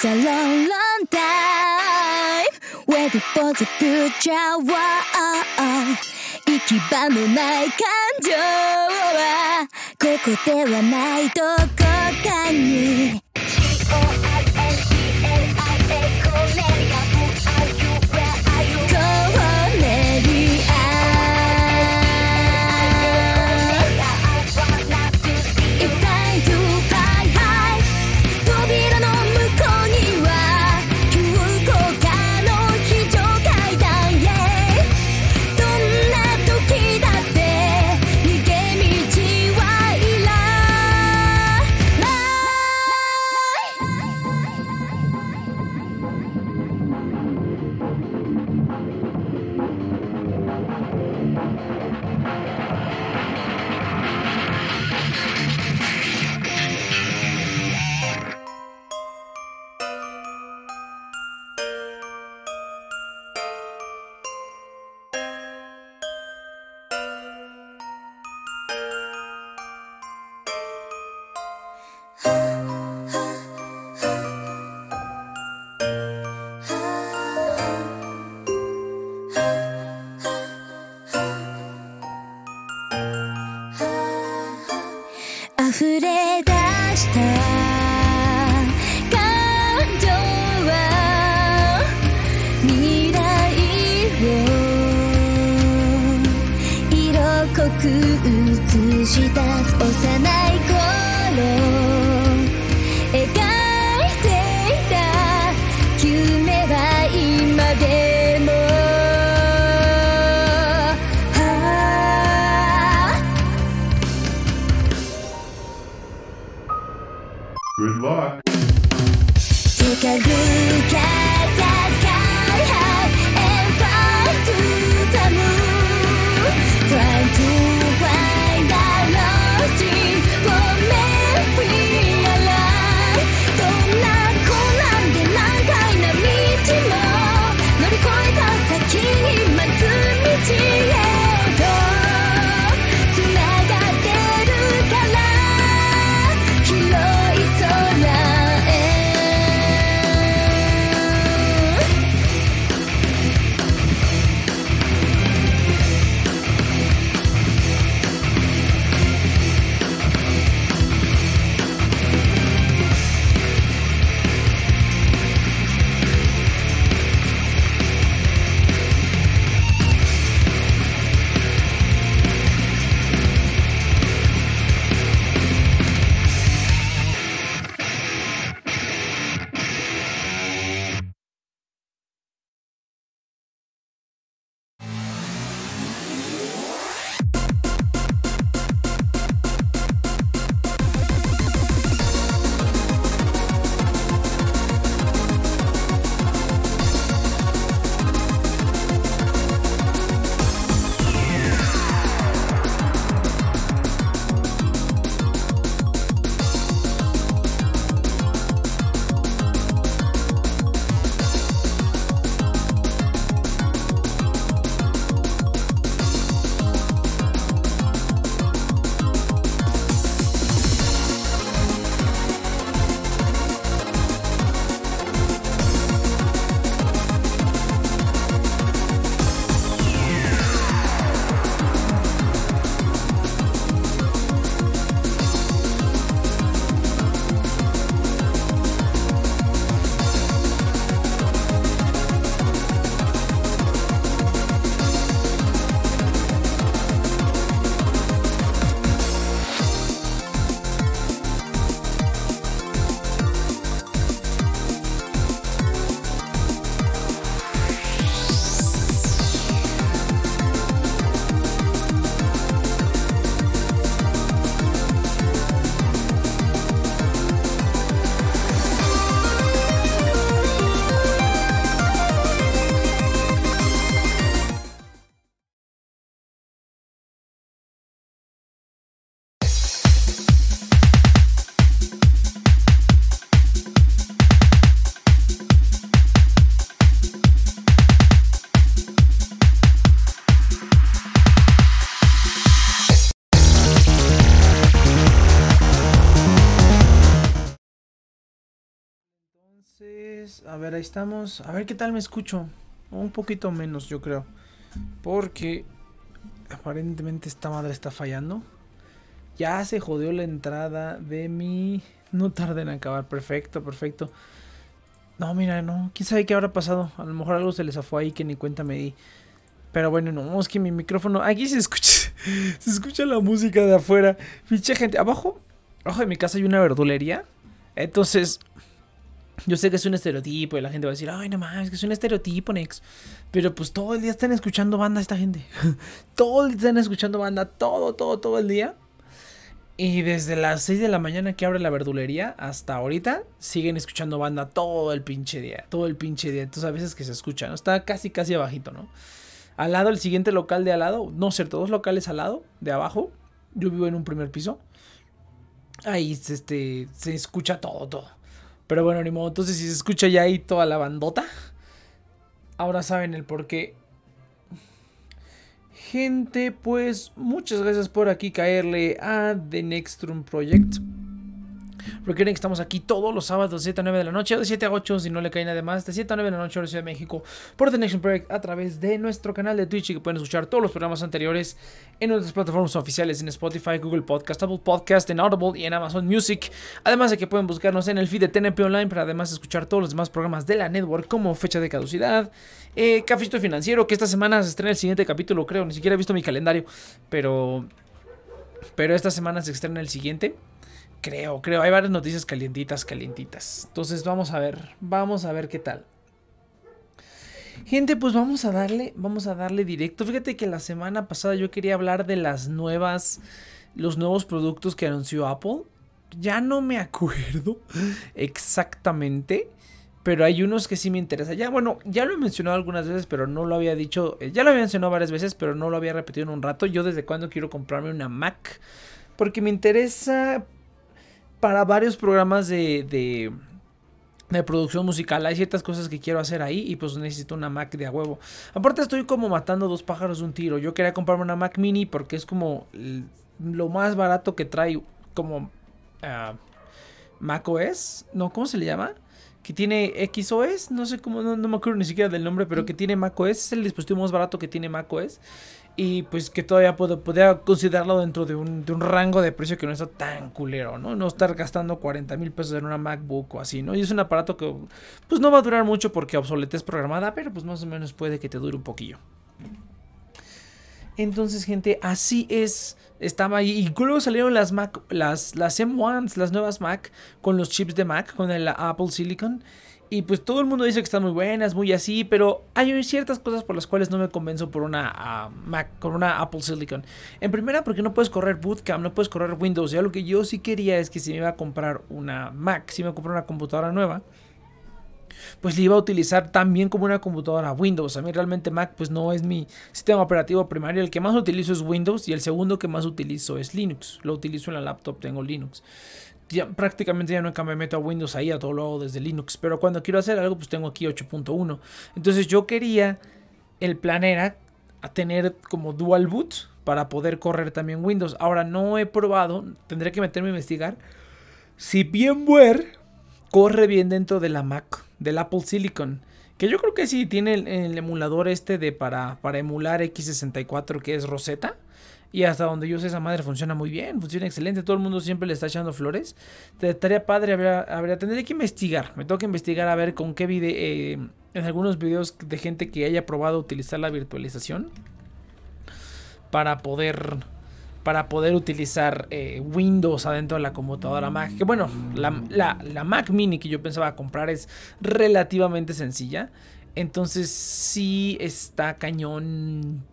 was a long, long time waiting for the future war 行き場のない感情はここではないどこかに溢れ出した感情は未来を色濃く映し出す幼い頃描いていた夢は今でも Good luck. Take a look at the sky high and fly to the moon. Try to find the lost dream what made me alive. どんな困難で難解な道も乗り越えた先に待つ道へとつながってるから広い空へ noches. A ver, ahí estamos. A ver qué tal me escucho. Un poquito menos, yo creo. Porque aparentemente esta madre está fallando. Ya se jodió la entrada de mi... No tarden en acabar. Perfecto, perfecto. No, mira, no. ¿Quién sabe qué habrá pasado? A lo mejor algo se les zafó ahí que ni cuenta me di. Pero bueno, no, es que mi micrófono... Aquí se escucha... Se escucha la música de afuera. Pinche gente. Abajo de mi casa hay una verdulería. Entonces... Yo sé que es un estereotipo y la gente va a decir, ay, no más, es que es un estereotipo, Nex. Pero pues todo el día están escuchando banda esta gente. Todo el día están escuchando banda, todo el día. Y desde las 6 de la mañana que abre la verdulería hasta ahorita, siguen escuchando banda todo el pinche día. Entonces a veces que se escucha, ¿no? Está casi abajito, ¿no? Al lado, el siguiente local de al lado, no cierto, 2 locales al lado, de abajo. Yo vivo en un primer piso. Ahí se escucha todo. Pero bueno, ni modo. Entonces, si se escucha ya ahí toda la bandota, ahora saben el por qué. Gente, pues muchas gracias por aquí caerle a The Next Room Project. Recuerden que estamos aquí todos los sábados de 7 a 9 de la noche, de 7 a 8 si no le cae nada más, de 7 a 9 de la noche hora Ciudad de México, por The Next Room Project a través de nuestro canal de Twitch, y que pueden escuchar todos los programas anteriores en nuestras plataformas oficiales en Spotify, Google Podcast, Apple Podcast, en Audible y en Amazon Music. Además de que pueden buscarnos en el feed de TNP Online para además escuchar todos los demás programas de la network como Fecha de Caducidad, Cafecito Financiero, que esta semana se estrena el siguiente capítulo, creo, ni siquiera he visto mi calendario, pero esta semana se estrena el siguiente. Creo, hay varias noticias calientitas. Entonces vamos a ver qué tal. Gente, pues vamos a darle directo. Fíjate que la semana pasada yo quería hablar de los nuevos productos que anunció Apple. Ya no me acuerdo exactamente, pero hay unos que sí me interesan. Ya lo he mencionado algunas veces, pero no lo había dicho. Ya lo había mencionado varias veces, pero no lo había repetido en un rato. Yo desde cuando quiero comprarme una Mac, porque me interesa para varios programas de producción musical. Hay ciertas cosas que quiero hacer ahí y pues necesito una Mac de a huevo. Aparte estoy como matando 2 pájaros de un tiro. Yo quería comprarme una Mac mini porque es como lo más barato que trae como Mac OS. No, ¿cómo se le llama? Que tiene XOS, no sé cómo, no me acuerdo ni siquiera del nombre, pero que tiene Mac OS. Es el dispositivo más barato que tiene Mac OS. Y pues que todavía podría considerarlo dentro de un rango de precio que no está tan culero, ¿no? No estar gastando 40,000 pesos en una MacBook o así, ¿no? Y es un aparato que pues no va a durar mucho porque obsoletez programada, pero pues más o menos puede que te dure un poquillo. Entonces, gente, así es. Estaba ahí. Y luego salieron las M1s, las nuevas Mac, con los chips de Mac, con el Apple Silicon. Y pues todo el mundo dice que están muy buenas, muy así, pero hay ciertas cosas por las cuales no me convenzo por una Mac, con una Apple Silicon. En primera, porque no puedes correr Bootcamp, no puedes correr Windows. Ya lo que yo sí quería es que si me iba a comprar una Mac, si me iba a comprar una computadora nueva, pues le iba a utilizar también como una computadora Windows. A mí realmente Mac pues no es mi sistema operativo primario. El que más utilizo es Windows y el segundo que más utilizo es Linux. Lo utilizo en la laptop, tengo Linux. Prácticamente ya nunca me meto a Windows ahí, a todo lo hago desde Linux. Pero cuando quiero hacer algo, pues tengo aquí 8.1. Entonces yo quería, el plan era a tener como dual boot para poder correr también Windows. Ahora no he probado, tendré que meterme a investigar si VMware corre bien dentro de la Mac, del Apple Silicon. Que yo creo que sí tiene el emulador para emular x64, que es Rosetta. Y hasta donde yo sé, esa madre funciona muy bien, funciona excelente. Todo el mundo siempre le está echando flores. Estaría padre, tendré que investigar. Me tengo que investigar a ver con qué video, en algunos videos de gente que haya probado utilizar la virtualización para poder utilizar Windows adentro de la computadora Mac. Que bueno, la Mac mini que yo pensaba comprar es relativamente sencilla. Entonces sí está cañón.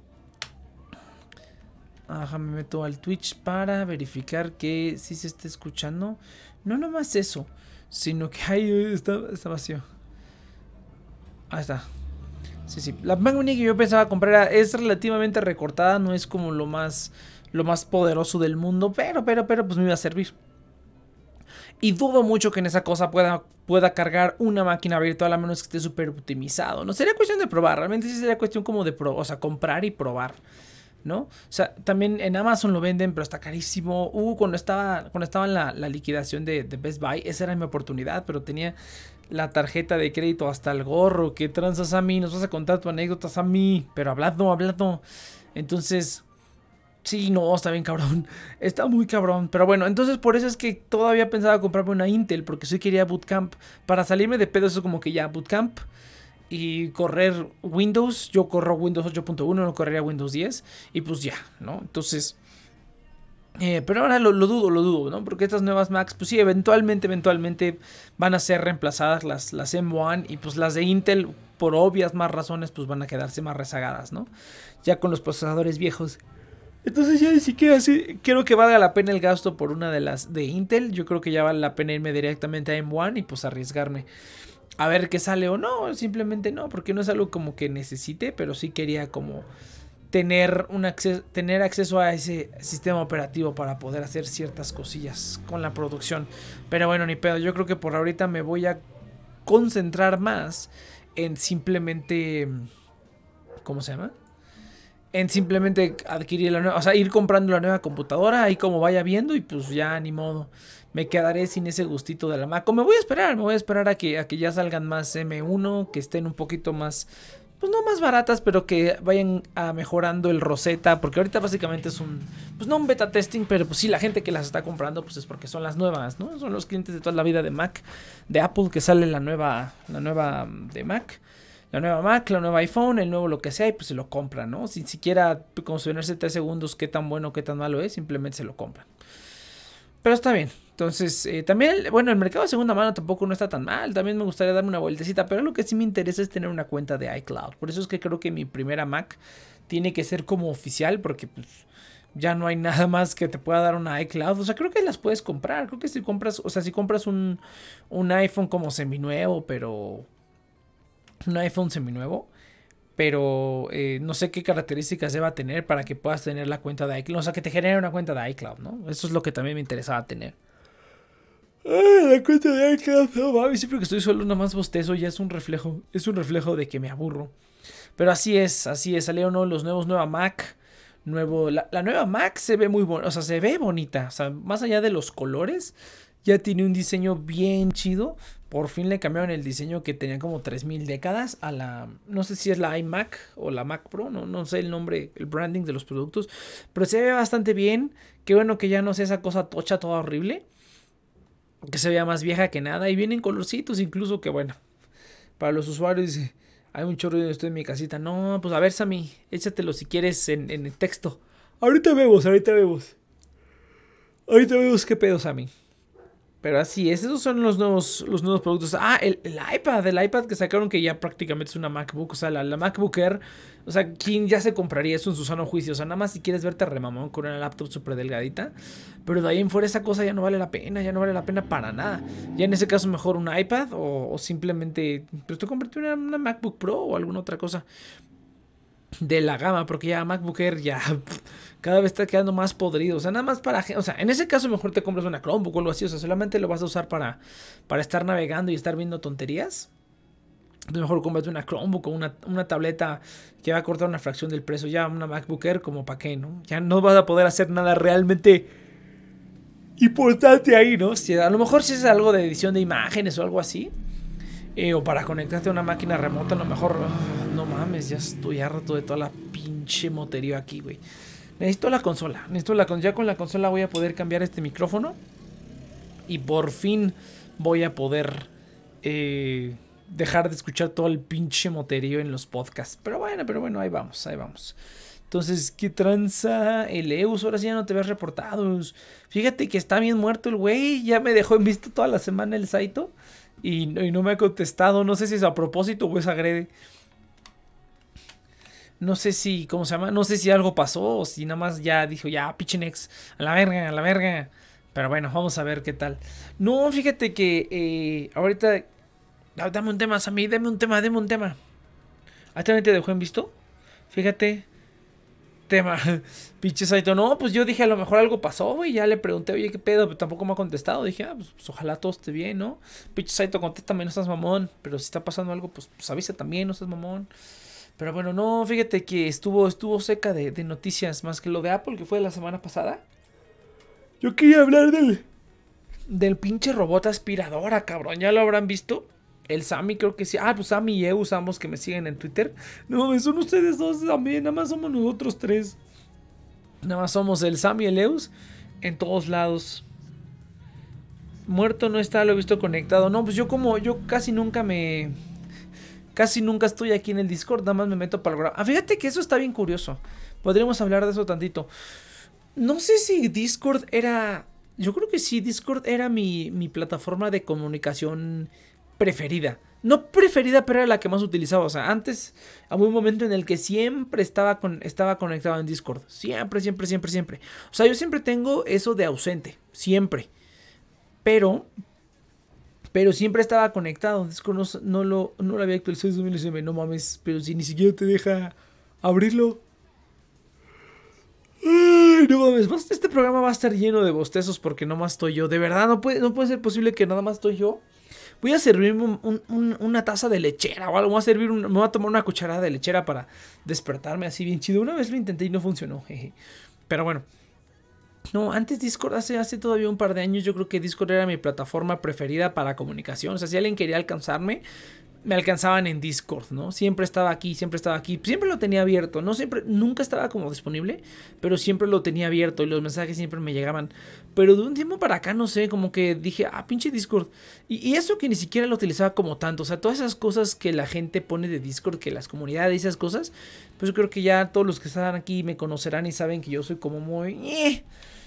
Me meto al Twitch para verificar que sí se está escuchando. No nomás eso, sino que ahí está vacío. Ahí está. Sí. La Mac mini que yo pensaba comprar es relativamente recortada. No es como lo más poderoso del mundo. Pero pues me iba a servir. Y dudo mucho que en esa cosa pueda cargar una máquina virtual, a menos que esté súper optimizado. No sería cuestión de probar. Realmente sí sería cuestión como de comprar y probar, ¿no? O sea, también en Amazon lo venden, pero está carísimo. Cuando estaba en la liquidación de Best Buy, esa era mi oportunidad, pero tenía la tarjeta de crédito hasta el gorro. ¿Qué tranzas a mí? Nos vas a contar tus anécdotas a mí. Pero hablando. Entonces, sí, no, está bien cabrón. Está muy cabrón. Pero bueno, entonces por eso es que todavía pensaba comprarme una Intel. Porque sí quería Bootcamp. Para salirme de pedo, eso como que ya Bootcamp. Y correr Windows. Yo corro Windows 8.1, no correría Windows 10. Y pues ya, ¿no? Entonces... pero ahora lo dudo, ¿no? Porque estas nuevas Macs, pues sí, eventualmente van a ser reemplazadas las M1 y pues las de Intel, por obvias más razones, pues van a quedarse más rezagadas, ¿no? Ya con los procesadores viejos. Entonces ya ni siquiera creo que valga la pena el gasto por una de las de Intel. Yo creo que ya vale la pena irme directamente a M1 y pues arriesgarme a ver qué sale o no. Simplemente no, porque no es algo como que necesite, pero sí quería como... tener acceso a ese sistema operativo para poder hacer ciertas cosillas con la producción. Pero bueno, ni pedo. Yo creo que por ahorita me voy a concentrar más en simplemente... ¿Cómo se llama? En simplemente adquirir la nueva... O sea, ir comprando la nueva computadora ahí como vaya viendo y pues ya ni modo. Me quedaré sin ese gustito de la Mac. O me voy a esperar a que ya salgan más M1, que estén un poquito más... Pues no más baratas, pero que vayan mejorando el Rosetta, porque ahorita básicamente es pues no un beta testing, pero pues sí, la gente que las está comprando, pues es porque son las nuevas, ¿no? Son los clientes de toda la vida de Mac, de Apple, que sale la nueva de Mac, la nueva Mac, la nueva iPhone, el nuevo lo que sea, y pues se lo compran, ¿no? Sin siquiera considerarse 3 segundos qué tan bueno, qué tan malo es, simplemente se lo compran. Pero está bien. Entonces, también, bueno, el mercado de segunda mano tampoco no está tan mal. También me gustaría darme una vueltecita. Pero lo que sí me interesa es tener una cuenta de iCloud. Por eso es que creo que mi primera Mac tiene que ser como oficial. Porque pues ya no hay nada más que te pueda dar una iCloud. O sea, creo que las puedes comprar. Creo que si compras, o sea, si compras un iPhone como seminuevo, pero... Un iPhone seminuevo. Pero no sé qué características deba tener para que puedas tener la cuenta de iCloud. O sea, que te genere una cuenta de iCloud, ¿no? Eso es lo que también me interesaba tener. Ay, la cuenta de iCloud. No mames, siempre que estoy solo nada más bostezo. Ya es un reflejo. Es un reflejo de que me aburro. Pero así es. Salieron los nueva Mac. La nueva Mac se ve muy bonita. O sea, se ve bonita. O sea, más allá de los colores, ya tiene un diseño bien chido. Por fin le cambiaron el diseño que tenía como 3000 décadas a la... No sé si es la iMac o la Mac Pro. No sé el nombre, el branding de los productos. Pero se ve bastante bien. Qué bueno que ya no sea esa cosa tocha toda horrible. Que se vea más vieja que nada. Y vienen colorcitos incluso que bueno. Para los usuarios dice... Hay un chorro de esto en mi casita. No, pues a ver, Sammy. Échatelo si quieres en el texto. Ahorita vemos. Ahorita vemos qué pedo, Sammy. Pero así es, esos son los nuevos productos. Ah, el iPad que sacaron, que ya prácticamente es una MacBook. O sea, la MacBook Air. O sea, ¿quién ya se compraría eso en su sano juicio? O sea, nada más si quieres verte remamón con una laptop súper delgadita. Pero de ahí en fuera esa cosa ya no vale la pena. Ya no vale la pena para nada. Ya en ese caso mejor un iPad o simplemente... Pues tú cómprate una MacBook Pro o alguna otra cosa de la gama, porque ya MacBook Air ya cada vez está quedando más podrido. O sea, nada más para... O sea, en ese caso mejor te compras una Chromebook o algo así. O sea, solamente lo vas a usar para estar navegando y estar viendo tonterías. Entonces mejor cómprate una Chromebook o una tableta que va a cortar una fracción del precio. Ya una MacBook Air como para qué, ¿no? Ya no vas a poder hacer nada realmente importante ahí, ¿no? Si, a lo mejor si es algo de edición de imágenes o algo así. O para conectarte a una máquina remota, a lo mejor... no mames, ya estoy harto de toda la pinche moterío aquí, güey. Necesito la consola. Ya con la consola voy a poder cambiar este micrófono. Y por fin voy a poder dejar de escuchar todo el pinche moterío en los podcasts. Pero bueno, ahí vamos. Entonces, ¿qué tranza? El Eus, ahora sí ya no te ves reportado. Fíjate que está bien muerto el güey. Ya me dejó en visto toda la semana el Saito. Y no me ha contestado. No sé si es a propósito o es agrede. No sé si, ¿cómo se llama? No sé si algo pasó o si nada más ya dijo, ya, Pichinex, a la verga. Pero bueno, vamos a ver qué tal. No, fíjate que ahorita... Dame un tema, Sammy, dame un tema. ¿Ah, también te dejó en visto? Fíjate. Tema. Pinche Saito. No, pues yo dije, a lo mejor algo pasó, güey. Ya le pregunté, oye, ¿qué pedo? Pero tampoco me ha contestado. Dije, pues ojalá todo esté bien, ¿no? Pinche Saito, contéstame, no estás mamón. Pero si está pasando algo, pues avisa también, no estás mamón. Pero bueno, no, fíjate que estuvo seca de noticias. Más que lo de Apple, que fue la semana pasada. Yo quería hablar del pinche robot aspiradora, cabrón. ¿Ya lo habrán visto? El Sammy creo que sí. Ah, pues Sammy y Eus, ambos que me siguen en Twitter. No, son ustedes dos también. Nada más somos nosotros tres. Nada más somos el Sammy y el Eus. En todos lados. Muerto no está, lo he visto conectado. No, pues yo casi nunca estoy aquí en el Discord. Nada más me meto para el programa. Ah, fíjate que eso está bien curioso. Podríamos hablar de eso tantito. No sé si Discord era... Yo creo que sí, Discord era mi plataforma de comunicación preferida. No preferida, pero era la que más utilizaba. O sea, antes había un momento en el que siempre estaba conectado en Discord. Siempre. O sea, yo siempre tengo eso de ausente. Siempre. Pero siempre estaba conectado. Discord no lo había actualizado desde 2019. No mames, pero si ni siquiera te deja abrirlo. Ay, no mames, este programa va a estar lleno de bostezos porque nomás estoy yo. De verdad, no puede ser posible que nada más estoy yo. Voy a servirme una taza de lechera o algo. Me voy a tomar una cucharada de lechera para despertarme así bien chido. Una vez lo intenté y no funcionó, jeje. Pero bueno. No, antes Discord, hace todavía un par de años, yo creo que Discord era mi plataforma preferida para comunicación. O sea, si alguien quería alcanzarme, me alcanzaban en Discord, ¿no? Siempre estaba aquí. Siempre lo tenía abierto. Nunca estaba como disponible, pero siempre lo tenía abierto y los mensajes siempre me llegaban. Pero de un tiempo para acá, no sé, como que dije, pinche Discord. Y eso que ni siquiera lo utilizaba como tanto. O sea, todas esas cosas que la gente pone de Discord, que las comunidades y esas cosas, pues yo creo que ya todos los que están aquí me conocerán y saben que yo soy como muy...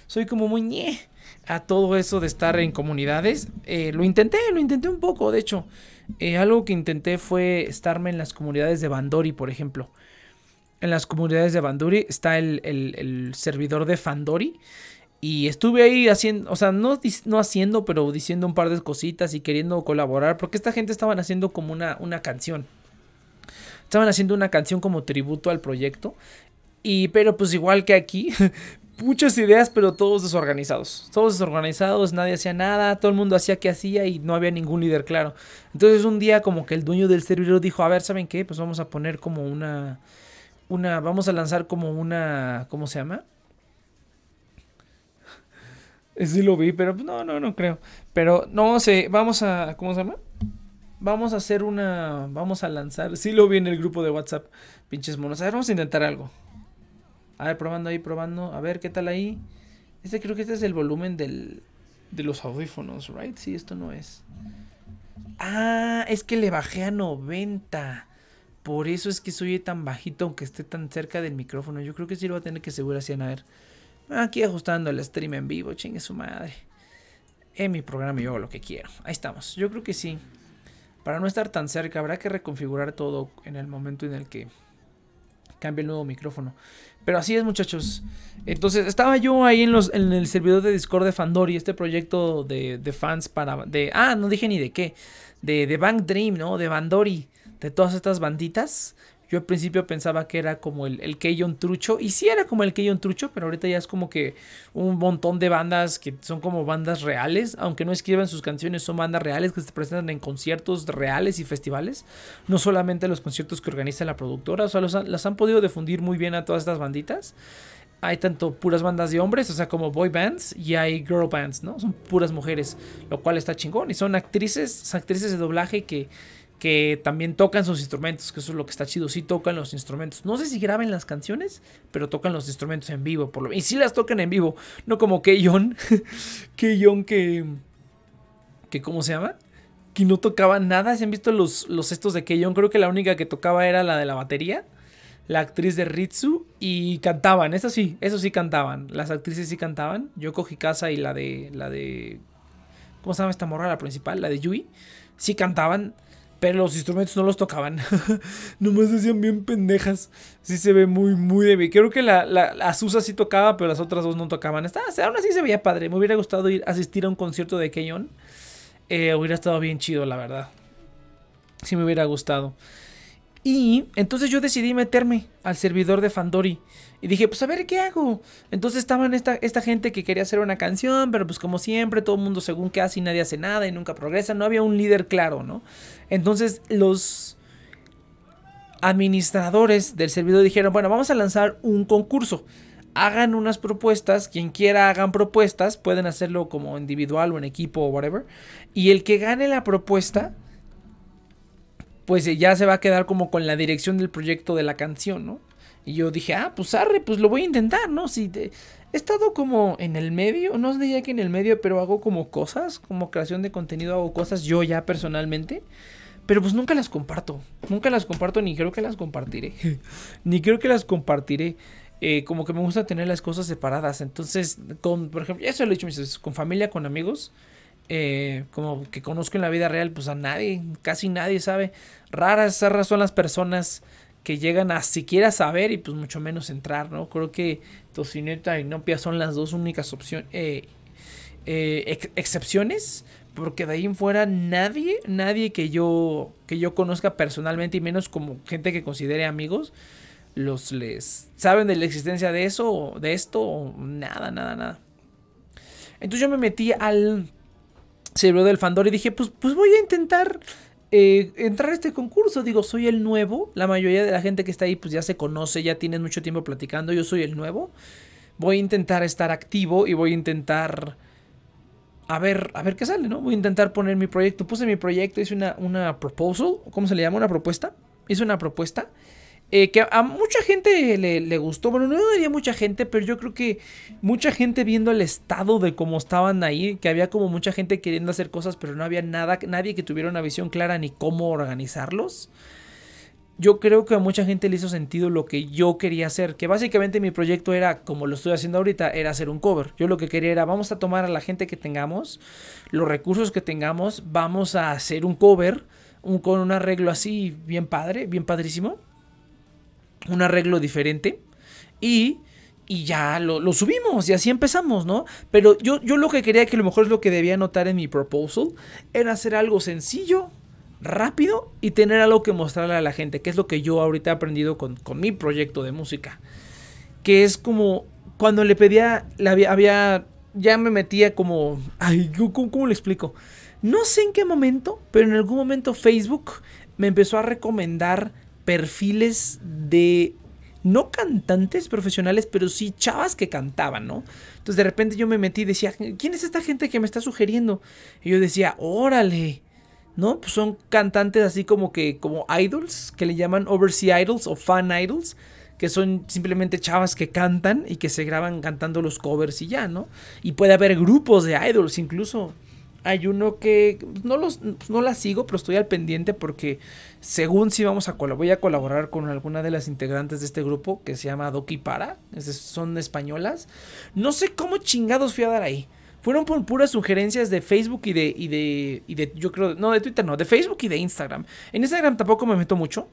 a todo eso de estar en comunidades. Lo intenté un poco, de hecho. Algo que intenté fue estarme en las comunidades de Bandori, por ejemplo. En las comunidades de Bandori está el servidor de Fandori. Y estuve ahí haciendo, o sea, no haciendo, pero diciendo un par de cositas y queriendo colaborar. Porque esta gente estaban haciendo como una canción. Estaban haciendo una canción como tributo al proyecto. Pero pues igual que aquí... Muchas ideas, pero todos desorganizados. Nadie hacía nada, todo el mundo hacía que hacía y no había ningún líder claro. Entonces un día como que el dueño del servidor dijo, a ver, ¿saben qué? Pues vamos a poner como vamos a lanzar como una, ¿cómo se llama? Sí lo vi, pero no creo. Pero no sé, vamos a, ¿cómo se llama? Vamos a lanzar, sí lo vi en el grupo de WhatsApp, pinches monos. A ver, vamos a intentar algo. A ver, probando. A ver, ¿qué tal ahí? Creo que este es el volumen de los audífonos, ¿right? Sí, esto no es. Es que le bajé a 90. Por eso es que soy tan bajito, aunque esté tan cerca del micrófono. Yo creo que sí lo voy a tener que asegurar así. A ver. Aquí ajustando el stream en vivo, chingue su madre. En mi programa yo hago lo que quiero. Ahí estamos. Yo creo que sí. Para no estar tan cerca, habrá que reconfigurar todo en el momento en el que cambie el nuevo micrófono. Pero así es, muchachos. Entonces estaba yo ahí en el servidor de Discord de Fandori, este proyecto de fans no dije ni de qué. De Bank Dream, ¿no? De Bandori. De todas estas banditas. Yo al principio pensaba que era como el Keion trucho. Y sí era como el Keion trucho, pero ahorita ya es como que un montón de bandas que son como bandas reales. Aunque no escriban sus canciones, son bandas reales que se presentan en conciertos reales y festivales. No solamente los conciertos que organiza la productora. O sea, las han podido difundir muy bien a todas estas banditas. Hay tanto puras bandas de hombres, o sea, como boy bands, y hay girl bands, ¿no? Son puras mujeres, lo cual está chingón. Y son actrices de doblaje que también tocan sus instrumentos, que eso es lo que está chido. Sí tocan los instrumentos. No sé si graben las canciones, pero tocan los instrumentos en vivo. Y sí las tocan en vivo. No como Keion. Keion que ¿cómo se llama? Que no tocaba nada. ¿Se han visto los estos de Keion? Creo que la única que tocaba era la de la batería. La actriz de Ritsu. Y cantaban. Eso sí cantaban. Las actrices sí cantaban. Yoko Hikasa y la de ¿cómo se llama esta morra? La principal, la de Yui. Sí cantaban. Pero los instrumentos no los tocaban. Nomás decían bien pendejas. Sí se ve muy, muy débil. Creo que la Azusa sí tocaba, pero las otras dos no tocaban. Aún así se veía padre. Me hubiera gustado asistir a un concierto de Keion. Hubiera estado bien chido, la verdad. Sí me hubiera gustado. Y entonces yo decidí meterme al servidor de Fandori. Y dije, pues a ver qué hago. Entonces estaban esta gente que quería hacer una canción, pero pues como siempre, todo el mundo según que hace y nadie hace nada y nunca progresa. No había un líder claro, ¿no? Entonces los administradores del servidor dijeron, bueno, vamos a lanzar un concurso. Hagan unas propuestas, quien quiera hagan propuestas, pueden hacerlo como individual o en equipo o whatever. Y el que gane la propuesta pues ya se va a quedar como con la dirección del proyecto de la canción, ¿no? Y yo dije, pues arre, pues lo voy a intentar, ¿no? He estado como en el medio, no diría que en el medio, pero hago como cosas, como creación de contenido, hago cosas yo ya personalmente. Pero pues nunca las comparto ni creo que las compartiré. Ni creo que las compartiré. Como que me gusta tener las cosas separadas. Entonces, por ejemplo, ya eso lo he dicho muchas veces, con familia, con amigos, como que conozco en la vida real, pues a nadie, casi nadie sabe. Raras son las personas que llegan a siquiera saber y pues mucho menos entrar, ¿no? Creo que Tocineta y Nopia son las dos únicas opciones, excepciones, porque de ahí en fuera nadie que yo conozca personalmente y menos como gente que considere amigos, les saben de la existencia de eso, de esto, o nada. Entonces yo me metí al servidor del Fandor y dije, pues voy a intentar entrar a este concurso. Digo, soy el nuevo. La mayoría de la gente que está ahí pues ya se conoce, ya tienen mucho tiempo platicando. Yo soy el nuevo. Voy a intentar estar activo y voy a intentar a ver qué sale, ¿no? Voy a intentar poner mi proyecto. Puse mi proyecto, hice una proposal, ¿cómo se le llama? Una propuesta. Hice una propuesta que a mucha gente le gustó. Bueno, no diría mucha gente, pero yo creo que mucha gente viendo el estado de cómo estaban ahí, que había como mucha gente queriendo hacer cosas, pero no había nadie que tuviera una visión clara ni cómo organizarlos. Yo creo que a mucha gente le hizo sentido lo que yo quería hacer, que básicamente mi proyecto era, como lo estoy haciendo ahorita, era hacer un cover. Yo lo que quería era, vamos a tomar a la gente que tengamos, los recursos que tengamos, vamos a hacer un cover, con un arreglo así bien padre, bien padrísimo, un arreglo diferente, y ya lo subimos, y así empezamos, ¿no? Pero yo lo que quería, que a lo mejor es lo que debía anotar en mi proposal, era hacer algo sencillo, rápido y tener algo que mostrarle a la gente, que es lo que yo ahorita he aprendido con mi proyecto de música, que es como cuando le pedía, ya me metía como, ¿cómo le explico? No sé en qué momento, pero en algún momento Facebook me empezó a recomendar perfiles de no cantantes profesionales, pero sí chavas que cantaban, ¿no? Entonces de repente yo me metí y decía, ¿quién es esta gente que me está sugiriendo? Y yo decía, órale, ¿no? Pues son cantantes así como idols, que le llaman overseas idols o fan idols, que son simplemente chavas que cantan y que se graban cantando los covers y ya, ¿no? Y puede haber grupos de idols incluso. Hay uno que no la sigo, pero estoy al pendiente porque según si voy a colaborar con alguna de las integrantes de este grupo que se llama Doki Para, son españolas. No sé cómo chingados fui a dar ahí. Fueron por puras sugerencias de Facebook y de yo creo, no, de Twitter no, de Facebook y de Instagram. En Instagram tampoco me meto mucho.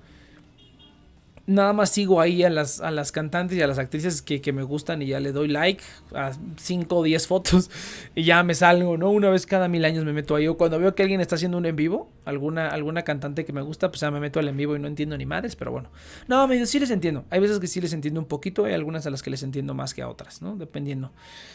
Nada más sigo ahí a las cantantes y a las actrices que me gustan y ya le doy like a 5 o 10 fotos y ya me salgo, ¿no? Una vez cada 1000 años me meto ahí. O cuando veo que alguien está haciendo un en vivo, alguna cantante que me gusta, pues ya me meto al en vivo y no entiendo ni madres, pero bueno. No, sí les entiendo. Hay veces que sí les entiendo un poquito, hay algunas a las que les entiendo más que a otras, ¿no? Dependiendo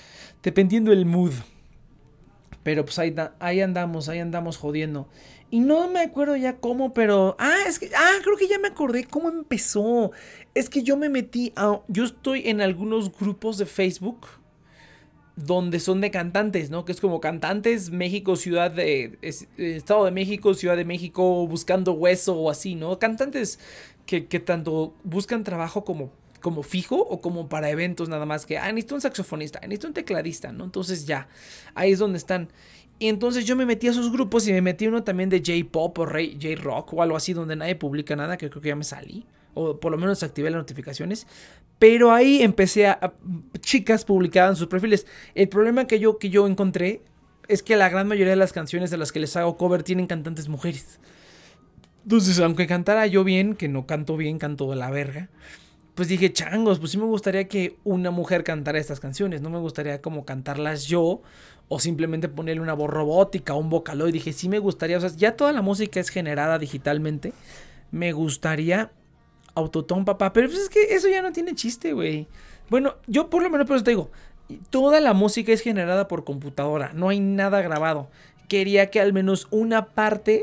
el mood. Pero pues ahí andamos jodiendo. Y no me acuerdo ya cómo, pero... creo que ya me acordé cómo empezó. Es que yo me metí yo estoy en algunos grupos de Facebook donde son de cantantes, ¿no? Que es como cantantes, México, Estado de México, Ciudad de México, Buscando Hueso o así, ¿no? Cantantes que tanto buscan trabajo como fijo o como para eventos nada más, que necesito un saxofonista, necesito un tecladista, ¿no? Entonces ya, ahí es donde están. Y entonces yo me metí a esos grupos y me metí uno también de J-Pop o J-Rock o algo así donde nadie publica nada, que creo que ya me salí, o por lo menos activé las notificaciones. Pero ahí empecé chicas publicaban sus perfiles. El problema que yo encontré es que la gran mayoría de las canciones de las que les hago cover tienen cantantes mujeres. Entonces, aunque cantara yo bien, que no canto bien, canto de la verga, pues dije, changos, pues sí me gustaría que una mujer cantara estas canciones. No me gustaría como cantarlas yo o simplemente ponerle una voz robótica o un vocaloid. Dije, sí me gustaría, o sea, ya toda la música es generada digitalmente. Me gustaría autotune, papá. Pero pues es que eso ya no tiene chiste, güey. Bueno, yo por lo menos por eso te digo, toda la música es generada por computadora. No hay nada grabado. Quería que al menos una parte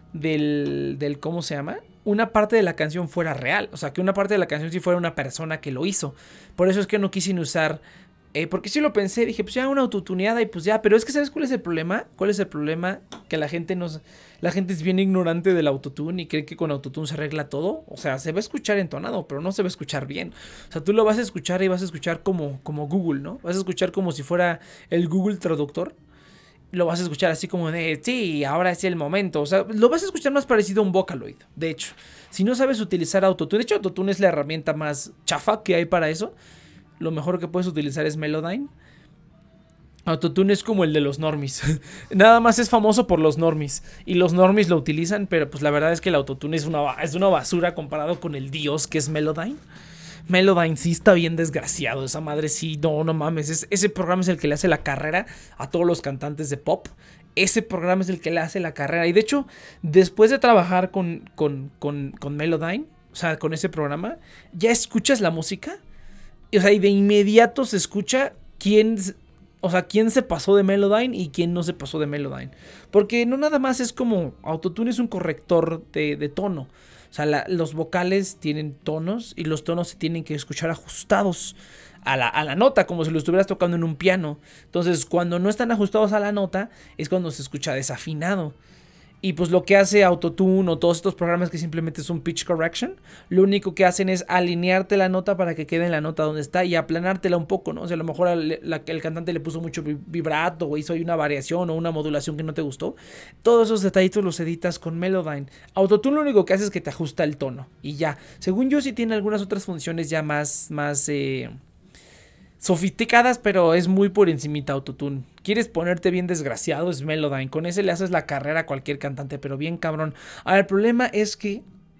del ¿cómo se llama? Una parte de la canción fuera real. O sea, que una parte de la canción sí fuera una persona que lo hizo. Por eso es que no quise usar Porque sí lo pensé, dije, pues ya una autotuneada y pues ya, pero es que ¿sabes cuál es el problema? ¿Cuál es el problema? Que la gente es bien ignorante del autotune y cree que con autotune se arregla todo. O sea, se va a escuchar entonado, pero no se va a escuchar bien. O sea, tú lo vas a escuchar y vas a escuchar como Google, ¿no? Vas a escuchar como si fuera el Google Traductor. Lo vas a escuchar así como de, sí, ahora es el momento. O sea, lo vas a escuchar más parecido a un Vocaloid, de hecho. Si no sabes utilizar autotune, de hecho autotune es la herramienta más chafa que hay para eso. Lo mejor que puedes utilizar es Melodyne. Autotune es como el de los normies. Nada más es famoso por los normies. Y los normies lo utilizan, pero pues la verdad es que el autotune es una basura comparado con el dios que es Melodyne. Melodyne sí está bien desgraciado. Esa madre sí, no mames. Ese programa es el que le hace la carrera a todos los cantantes de pop. Ese programa es el que le hace la carrera. Y de hecho, después de trabajar con Melodyne, o sea, con ese programa, ya escuchas la música. O sea, y de inmediato se escucha quién se pasó de Melodyne y quién no se pasó de Melodyne. Porque no nada más es como autotune es un corrector de tono. O sea, los vocales tienen tonos y los tonos se tienen que escuchar ajustados a la nota, como si lo estuvieras tocando en un piano. Entonces, cuando no están ajustados a la nota, es cuando se escucha desafinado. Y pues lo que hace Autotune o todos estos programas que simplemente es un pitch correction, lo único que hacen es alinearte la nota para que quede en la nota donde está y aplanártela un poco, ¿no? O sea, a lo mejor el cantante le puso mucho vibrato o hizo ahí una variación o una modulación que no te gustó. Todos esos detallitos los editas con Melodyne. Autotune lo único que hace es que te ajusta el tono y ya. Según yo sí tiene algunas otras funciones ya más sofisticadas, pero es muy por encimita Autotune. Quieres ponerte bien desgraciado, es Melodyne. Con ese le haces la carrera a cualquier cantante, pero bien cabrón. Ahora, el problema es que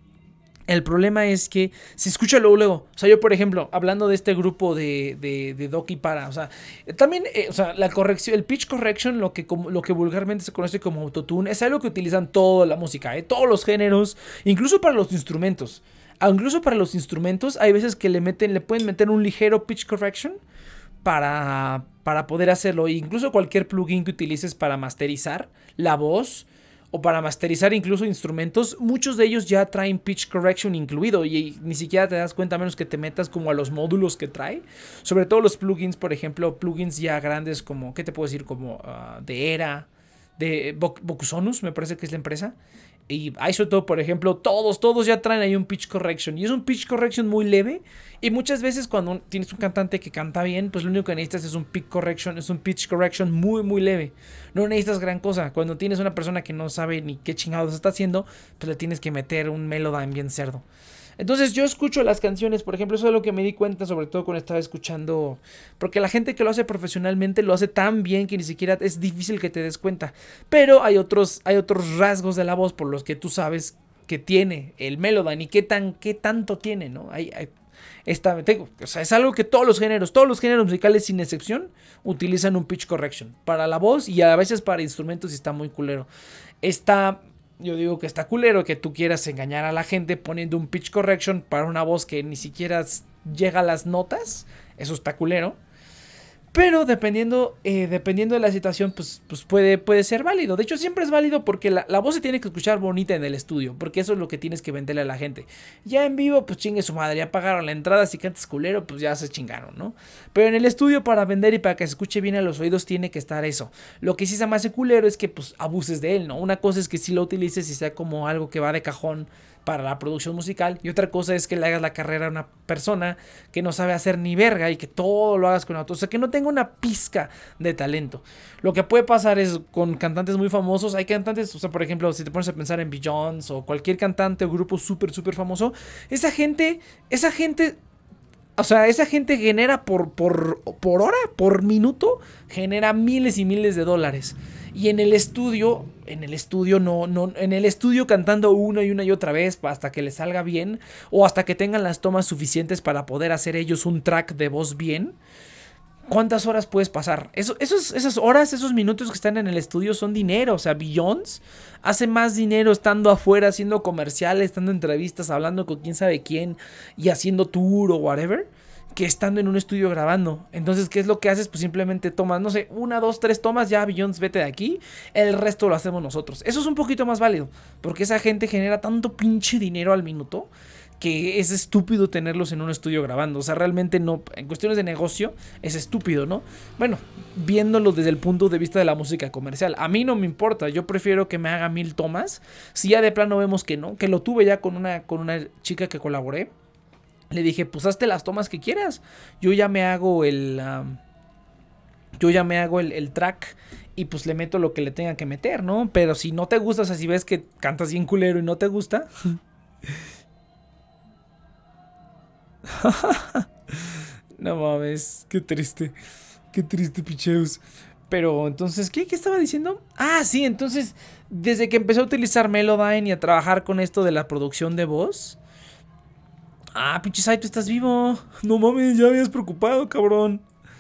se escucha luego. O sea, yo, por ejemplo, hablando de este grupo de Doki Para, o sea, también, o sea, la corrección, el pitch correction, lo que vulgarmente se conoce como autotune, es algo que utilizan toda la música, todos los géneros, incluso para los instrumentos. Incluso para los instrumentos, hay veces que le pueden meter un ligero pitch correction para poder hacerlo. Incluso cualquier plugin que utilices para masterizar la voz o para masterizar incluso instrumentos, muchos de ellos ya traen pitch correction incluido y ni siquiera te das cuenta a menos que te metas como a los módulos que trae. Sobre todo los plugins, por ejemplo, plugins ya grandes como, ¿qué te puedo decir? Como de Era, de Bokusonus, me parece que es la empresa. Y Isotope, por ejemplo, todos ya traen ahí un pitch correction. Y es un pitch correction muy leve. Y muchas veces cuando tienes un cantante que canta bien, pues lo único que necesitas es un pitch correction muy, muy leve. No necesitas gran cosa. Cuando tienes una persona que no sabe ni qué chingados está haciendo, pues le tienes que meter un Melodyne bien cerdo. Entonces yo escucho las canciones, por ejemplo, eso es lo que me di cuenta, sobre todo cuando estaba escuchando, porque la gente que lo hace profesionalmente lo hace tan bien que ni siquiera es difícil que te des cuenta, pero hay otros rasgos de la voz por los que tú sabes que tiene el Melodyne y qué tanto tiene, ¿no? O sea, es algo que todos los géneros musicales sin excepción utilizan un pitch correction para la voz y a veces para instrumentos y está muy culero. Yo digo que está culero que tú quieras engañar a la gente poniendo un pitch correction para una voz que ni siquiera llega a las notas. Eso está culero. Pero dependiendo de la situación, pues puede ser válido. De hecho, siempre es válido porque la voz se tiene que escuchar bonita en el estudio. Porque eso es lo que tienes que venderle a la gente. Ya en vivo, pues chingue su madre. Ya pagaron la entrada. Si cantas culero, pues ya se chingaron, ¿no? Pero en el estudio para vender y para que se escuche bien a los oídos tiene que estar eso. Lo que sí se me hace culero es que pues abuses de él, ¿no? Una cosa es que sí lo utilices y sea como algo que va de cajón para la producción musical, y otra cosa es que le hagas la carrera a una persona que no sabe hacer ni verga y que todo lo hagas con auto, o sea, que no tenga una pizca de talento. Lo que puede pasar es con cantantes muy famosos, hay cantantes, o sea, por ejemplo, si te pones a pensar en Beyoncé o cualquier cantante o grupo súper famoso, esa gente, o sea, esa gente genera por hora, por minuto, genera miles y miles de dólares. Y en el estudio cantando una y otra vez hasta que les salga bien o hasta que tengan las tomas suficientes para poder hacer ellos un track de voz bien. ¿Cuántas horas puedes pasar? Esas horas, esos minutos que están en el estudio son dinero. O sea, Beyoncé hace más dinero estando afuera, haciendo comerciales, estando en entrevistas, hablando con quién sabe quién y haciendo tour o whatever, que estando en un estudio grabando. Entonces, ¿qué es lo que haces? Pues simplemente tomas, no sé, 1, 2, 3 tomas, ya Beyoncé, vete de aquí, el resto lo hacemos nosotros. Eso es un poquito más válido, porque esa gente genera tanto pinche dinero al minuto que es estúpido tenerlos en un estudio grabando. O sea, realmente no, en cuestiones de negocio es estúpido, ¿no? Bueno, viéndolo desde el punto de vista de la música comercial. A mí no me importa, yo prefiero que me haga 1000 tomas. Si ya de plano vemos que no, que lo tuve ya con una chica que colaboré. Le dije, pues hazte las tomas que quieras. Yo ya me hago el track y pues le meto lo que le tenga que meter, ¿no? Pero si no te gusta, o sea, si ves que cantas bien culero y no te gusta... No mames, qué triste, picheus. Pero entonces, ¿qué estaba diciendo? Ah, sí, entonces, desde que empecé a utilizar Melodyne y a trabajar con esto de la producción de voz. Ah, pinche Saito, estás vivo. No mames, ya habías preocupado, cabrón.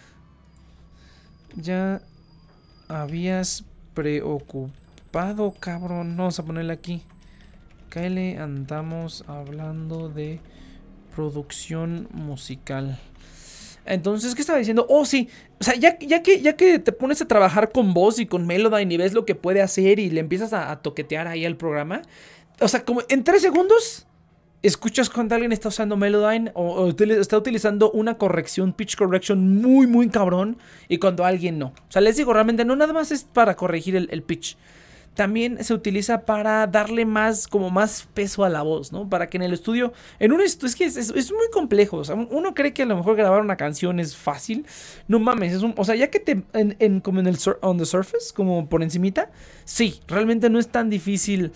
Ya habías preocupado, cabrón. Vamos a ponerle aquí. Kyle, andamos hablando de producción musical. Entonces, ¿qué estaba diciendo? Oh, sí. O sea, ya que te pones a trabajar con voz y con Melodyne y ves lo que puede hacer y le empiezas a toquetear ahí al programa. O sea, como en 3 segundos escuchas cuando alguien está usando Melodyne o está utilizando una corrección, pitch correction muy, muy cabrón, y cuando alguien no. O sea, les digo, realmente no nada más es para corregir el pitch. También se utiliza para darle más peso a la voz, ¿no? Para que en el estudio, es que es muy complejo. O sea, uno cree que a lo mejor grabar una canción es fácil. No mames, o sea, ya que como en el on the surface, como por encimita, sí, realmente no es tan difícil.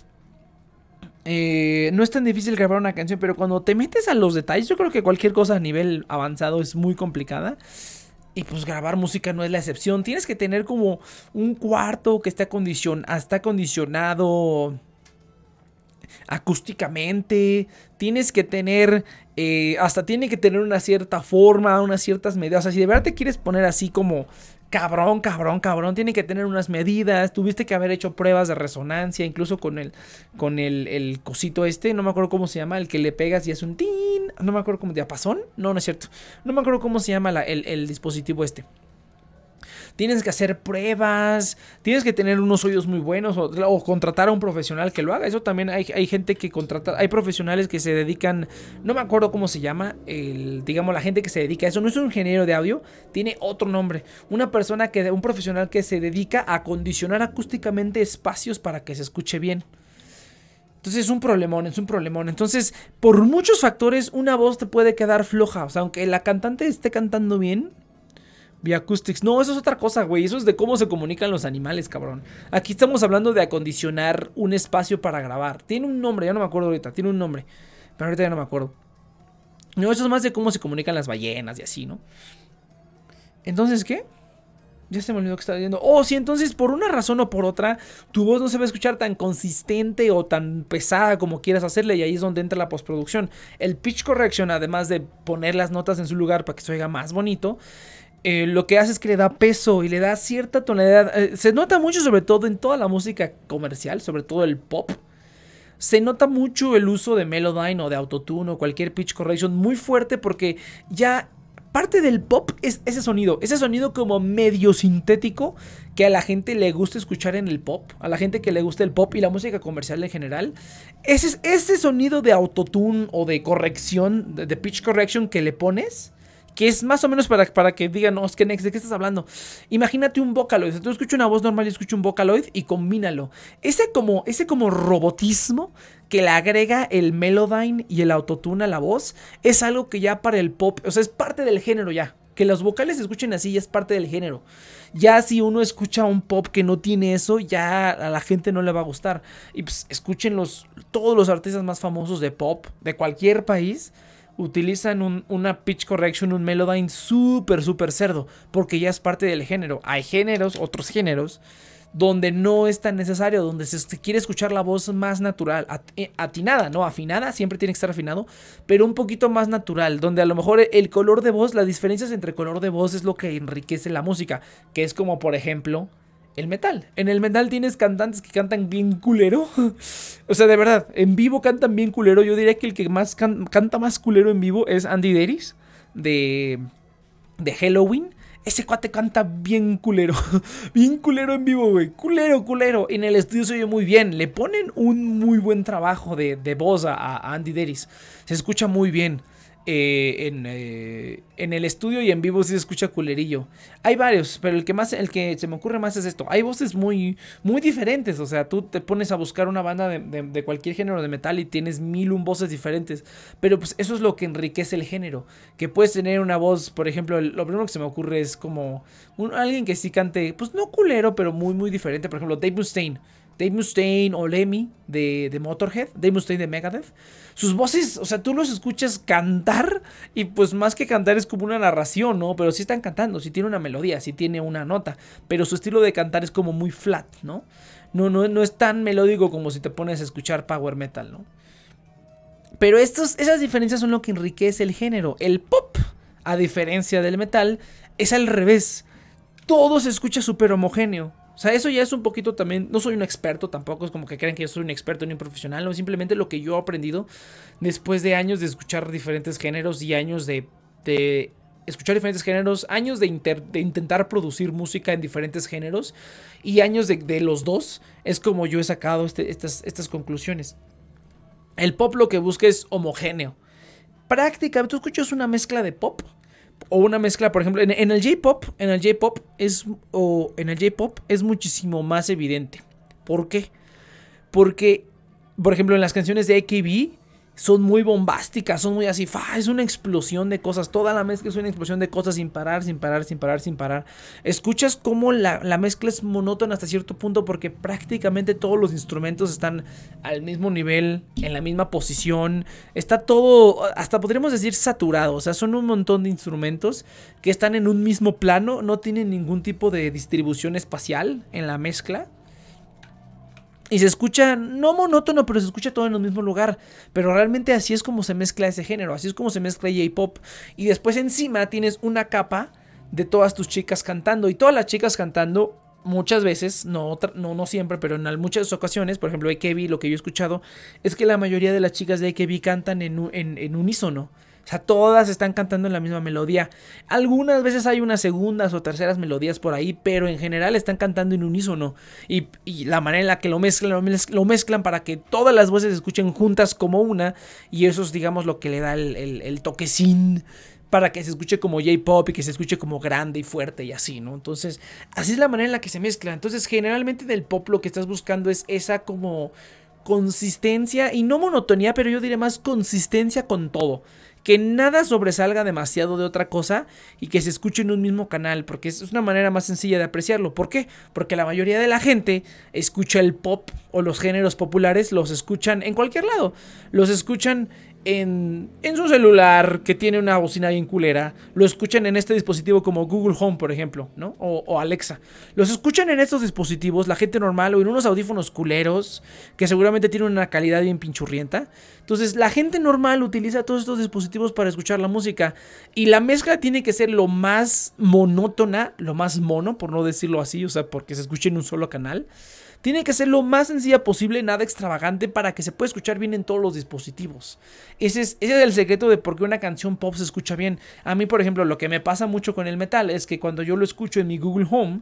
No es tan difícil grabar una canción, pero cuando te metes a los detalles, yo creo que cualquier cosa a nivel avanzado es muy complicada. Y pues grabar música no es la excepción. Tienes que tener como un cuarto que esté acondicionado acústicamente. Tienes que tener... hasta tiene que tener una cierta forma, unas ciertas medidas. O sea, si de verdad te quieres poner así como... Cabrón, tiene que tener unas medidas. Tuviste que haber hecho pruebas de resonancia, incluso con el cosito este, no me acuerdo cómo se llama, el que le pegas y es un tin, no me acuerdo cómo, diapasón, no es cierto, no me acuerdo cómo se llama el dispositivo este. Tienes que hacer pruebas, tienes que tener unos oídos muy buenos o contratar a un profesional que lo haga. Eso también hay gente que contrata, hay profesionales que se dedican, no me acuerdo cómo se llama, digamos la gente que se dedica a eso, no es un ingeniero de audio, tiene otro nombre. Un profesional que se dedica a acondicionar acústicamente espacios para que se escuche bien. Entonces es un problemón. Entonces, por muchos factores, una voz te puede quedar floja. O sea, aunque la cantante esté cantando bien, vía acoustics. No, eso es otra cosa, güey. Eso es de cómo se comunican los animales, cabrón. Aquí estamos hablando de acondicionar un espacio para grabar. Tiene un nombre, ya no me acuerdo ahorita. Tiene un nombre, pero ahorita ya no me acuerdo. No, eso es más de cómo se comunican las ballenas y así, ¿no? Entonces, ¿qué? Ya se me olvidó que estaba diciendo. Oh, sí, entonces por una razón o por otra, tu voz no se va a escuchar tan consistente o tan pesada como quieras hacerle. Y ahí es donde entra la postproducción. El pitch correction, además de poner las notas en su lugar para que se oiga más bonito, lo que hace es que le da peso y le da cierta tonalidad. Se nota mucho, sobre todo en toda la música comercial, sobre todo el pop. Se nota mucho el uso de Melodyne o de Autotune o cualquier pitch correction muy fuerte, porque ya parte del pop es ese sonido como medio sintético que a la gente le gusta escuchar en el pop, a la gente que le gusta el pop y la música comercial en general. Ese sonido de Autotune o de corrección, de pitch correction que le pones, que es más o menos para que digan, no, es que Nex, ¿de qué estás hablando? Imagínate un Vocaloid. Tú escuchas una voz normal y escuchas un Vocaloid y combínalo. Ese como robotismo que le agrega el Melodyne y el Autotune a la voz es algo que ya para el pop, o sea, es parte del género ya. Que los vocales se escuchen así ya es parte del género. Ya si uno escucha un pop que no tiene eso, ya a la gente no le va a gustar. Y pues escuchen todos los artistas más famosos de pop de cualquier país. Utilizan una pitch correction, un Melodyne súper cerdo, porque ya es parte del género. Hay otros géneros, donde no es tan necesario, donde se quiere escuchar la voz más natural, atinada, no afinada, siempre tiene que estar afinado, pero un poquito más natural, donde a lo mejor el color de voz, las diferencias entre color de voz es lo que enriquece la música, que es como por ejemplo... el metal. En el metal tienes cantantes que cantan bien culero. O sea, de verdad, en vivo cantan bien culero. Yo diría que el que más canta más culero en vivo es Andy Daris de Helloween. ese cuate canta bien culero. Bien culero en vivo, güey. Culero, culero. En el estudio se oye muy bien. Le ponen un muy buen trabajo de voz a Andy Deris. Se escucha muy bien. En el estudio y en vivo sí se escucha culerillo. Hay varios, pero el que se me ocurre más es esto. Hay voces muy, muy diferentes. O sea, tú te pones a buscar una banda de cualquier género de metal y tienes 1001 voces diferentes. Pero pues eso es lo que enriquece el género. Que puedes tener una voz, por ejemplo, lo primero que se me ocurre es como alguien que sí cante, pues no culero, pero muy, muy diferente. Por ejemplo, Dave Mustaine o Lemmy de Motorhead, Dave Mustaine de Megadeth. Sus voces, o sea, tú los escuchas cantar y pues más que cantar es como una narración, ¿no? Pero sí están cantando, sí tiene una melodía, sí tiene una nota, pero su estilo de cantar es como muy flat, ¿no? No es tan melódico como si te pones a escuchar power metal, ¿no? Pero esas diferencias son lo que enriquece el género. El pop, a diferencia del metal, es al revés. Todo se escucha súper homogéneo. O sea, eso ya es un poquito también. No soy un experto tampoco, es como que creen que yo soy un experto ni un profesional. No, simplemente lo que yo he aprendido después de años de escuchar diferentes géneros y años de escuchar diferentes géneros, años de intentar producir música en diferentes géneros y años de los dos. Es como yo he sacado estas conclusiones. El pop lo que busca es homogéneo. Prácticamente, tú escuchas una mezcla de pop. O una mezcla, por ejemplo, en el J-Pop es muchísimo más evidente. ¿Por qué? Porque, por ejemplo, en las canciones de AKB son muy bombásticas, son muy así, es una explosión de cosas, toda la mezcla es una explosión de cosas sin parar. Escuchas cómo la mezcla es monótona hasta cierto punto porque prácticamente todos los instrumentos están al mismo nivel, en la misma posición, está todo, hasta podríamos decir saturado, o sea, son un montón de instrumentos que están en un mismo plano, no tienen ningún tipo de distribución espacial en la mezcla. Y se escucha, no monótono, pero se escucha todo en el mismo lugar. Pero realmente así es como se mezcla ese género. Así es como se mezcla J-Pop. Y después encima tienes una capa de todas tus chicas cantando. Y todas las chicas cantando muchas veces, no siempre, pero en muchas ocasiones, por ejemplo AKB, lo que yo he escuchado es que la mayoría de las chicas de AKB cantan en unísono. O sea, todas están cantando en la misma melodía. Algunas veces hay unas segundas o terceras melodías por ahí, pero en general están cantando en unísono. Y la manera en la que lo mezclan para que todas las voces se escuchen juntas como una. Y eso es, digamos, lo que le da el toquecín para que se escuche como J-Pop y que se escuche como grande y fuerte y así, ¿no? Entonces, así es la manera en la que se mezcla. Entonces, generalmente del pop lo que estás buscando es esa como consistencia y no monotonía, pero yo diré más consistencia con todo. Que nada sobresalga demasiado de otra cosa y que se escuche en un mismo canal, porque es una manera más sencilla de apreciarlo. ¿Por qué? Porque la mayoría de la gente escucha el pop o los géneros populares, los escuchan en cualquier lado. Los escuchan en su celular, que tiene una bocina bien culera. Lo escuchan en este dispositivo como Google Home, por ejemplo, ¿no? O Alexa. Los escuchan en estos dispositivos, la gente normal, o en unos audífonos culeros, que seguramente tienen una calidad bien pinchurrienta. Entonces, la gente normal utiliza todos estos dispositivos para escuchar la música. Y la mezcla tiene que ser lo más monótona, lo más mono, por no decirlo así, o sea, porque se escuche en un solo canal. Tiene que ser lo más sencilla posible, nada extravagante, para que se pueda escuchar bien en todos los dispositivos. Ese es el secreto de por qué una canción pop se escucha bien. A mí, por ejemplo, lo que me pasa mucho con el metal es que cuando yo lo escucho en mi Google Home,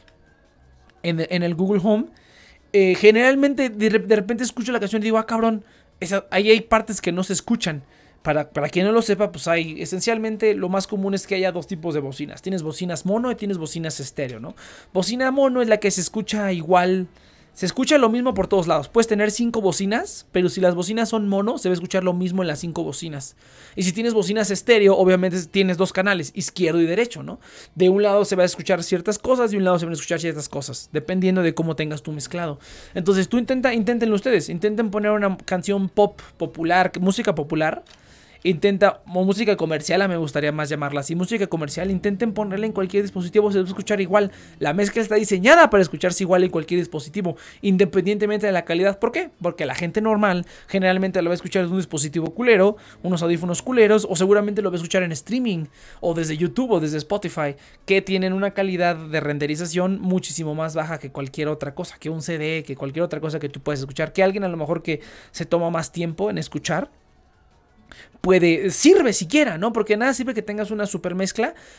en el Google Home, generalmente de repente escucho la canción y digo, cabrón, ahí hay partes que no se escuchan. Para quien no lo sepa, pues hay, esencialmente lo más común es que haya dos tipos de bocinas. Tienes bocinas mono y tienes bocinas estéreo, ¿no? Bocina mono es la que se escucha igual. Se escucha lo mismo por todos lados. Puedes tener 5 bocinas, pero si las bocinas son mono, se va a escuchar lo mismo en las 5 bocinas. Y si tienes bocinas estéreo, obviamente tienes 2 canales, izquierdo y derecho, ¿no? De un lado se va a escuchar ciertas cosas, de un lado se van a escuchar ciertas cosas, dependiendo de cómo tengas tu mezclado. Entonces tú inténtenlo ustedes, intenten poner una canción pop popular, música popular. O música comercial, me gustaría más llamarla así, música comercial, intenten ponerla en cualquier dispositivo, se va a escuchar igual. La mezcla está diseñada para escucharse igual en cualquier dispositivo, independientemente de la calidad. ¿Por qué? Porque la gente normal generalmente lo va a escuchar en un dispositivo culero, unos audífonos culeros, o seguramente lo va a escuchar en streaming, o desde YouTube, o desde Spotify, que tienen una calidad de renderización muchísimo más baja que cualquier otra cosa, que un CD, que cualquier otra cosa que tú puedes escuchar, que alguien a lo mejor que se toma más tiempo en escuchar, sirve siquiera, ¿no? Porque nada sirve que tengas una super mezcla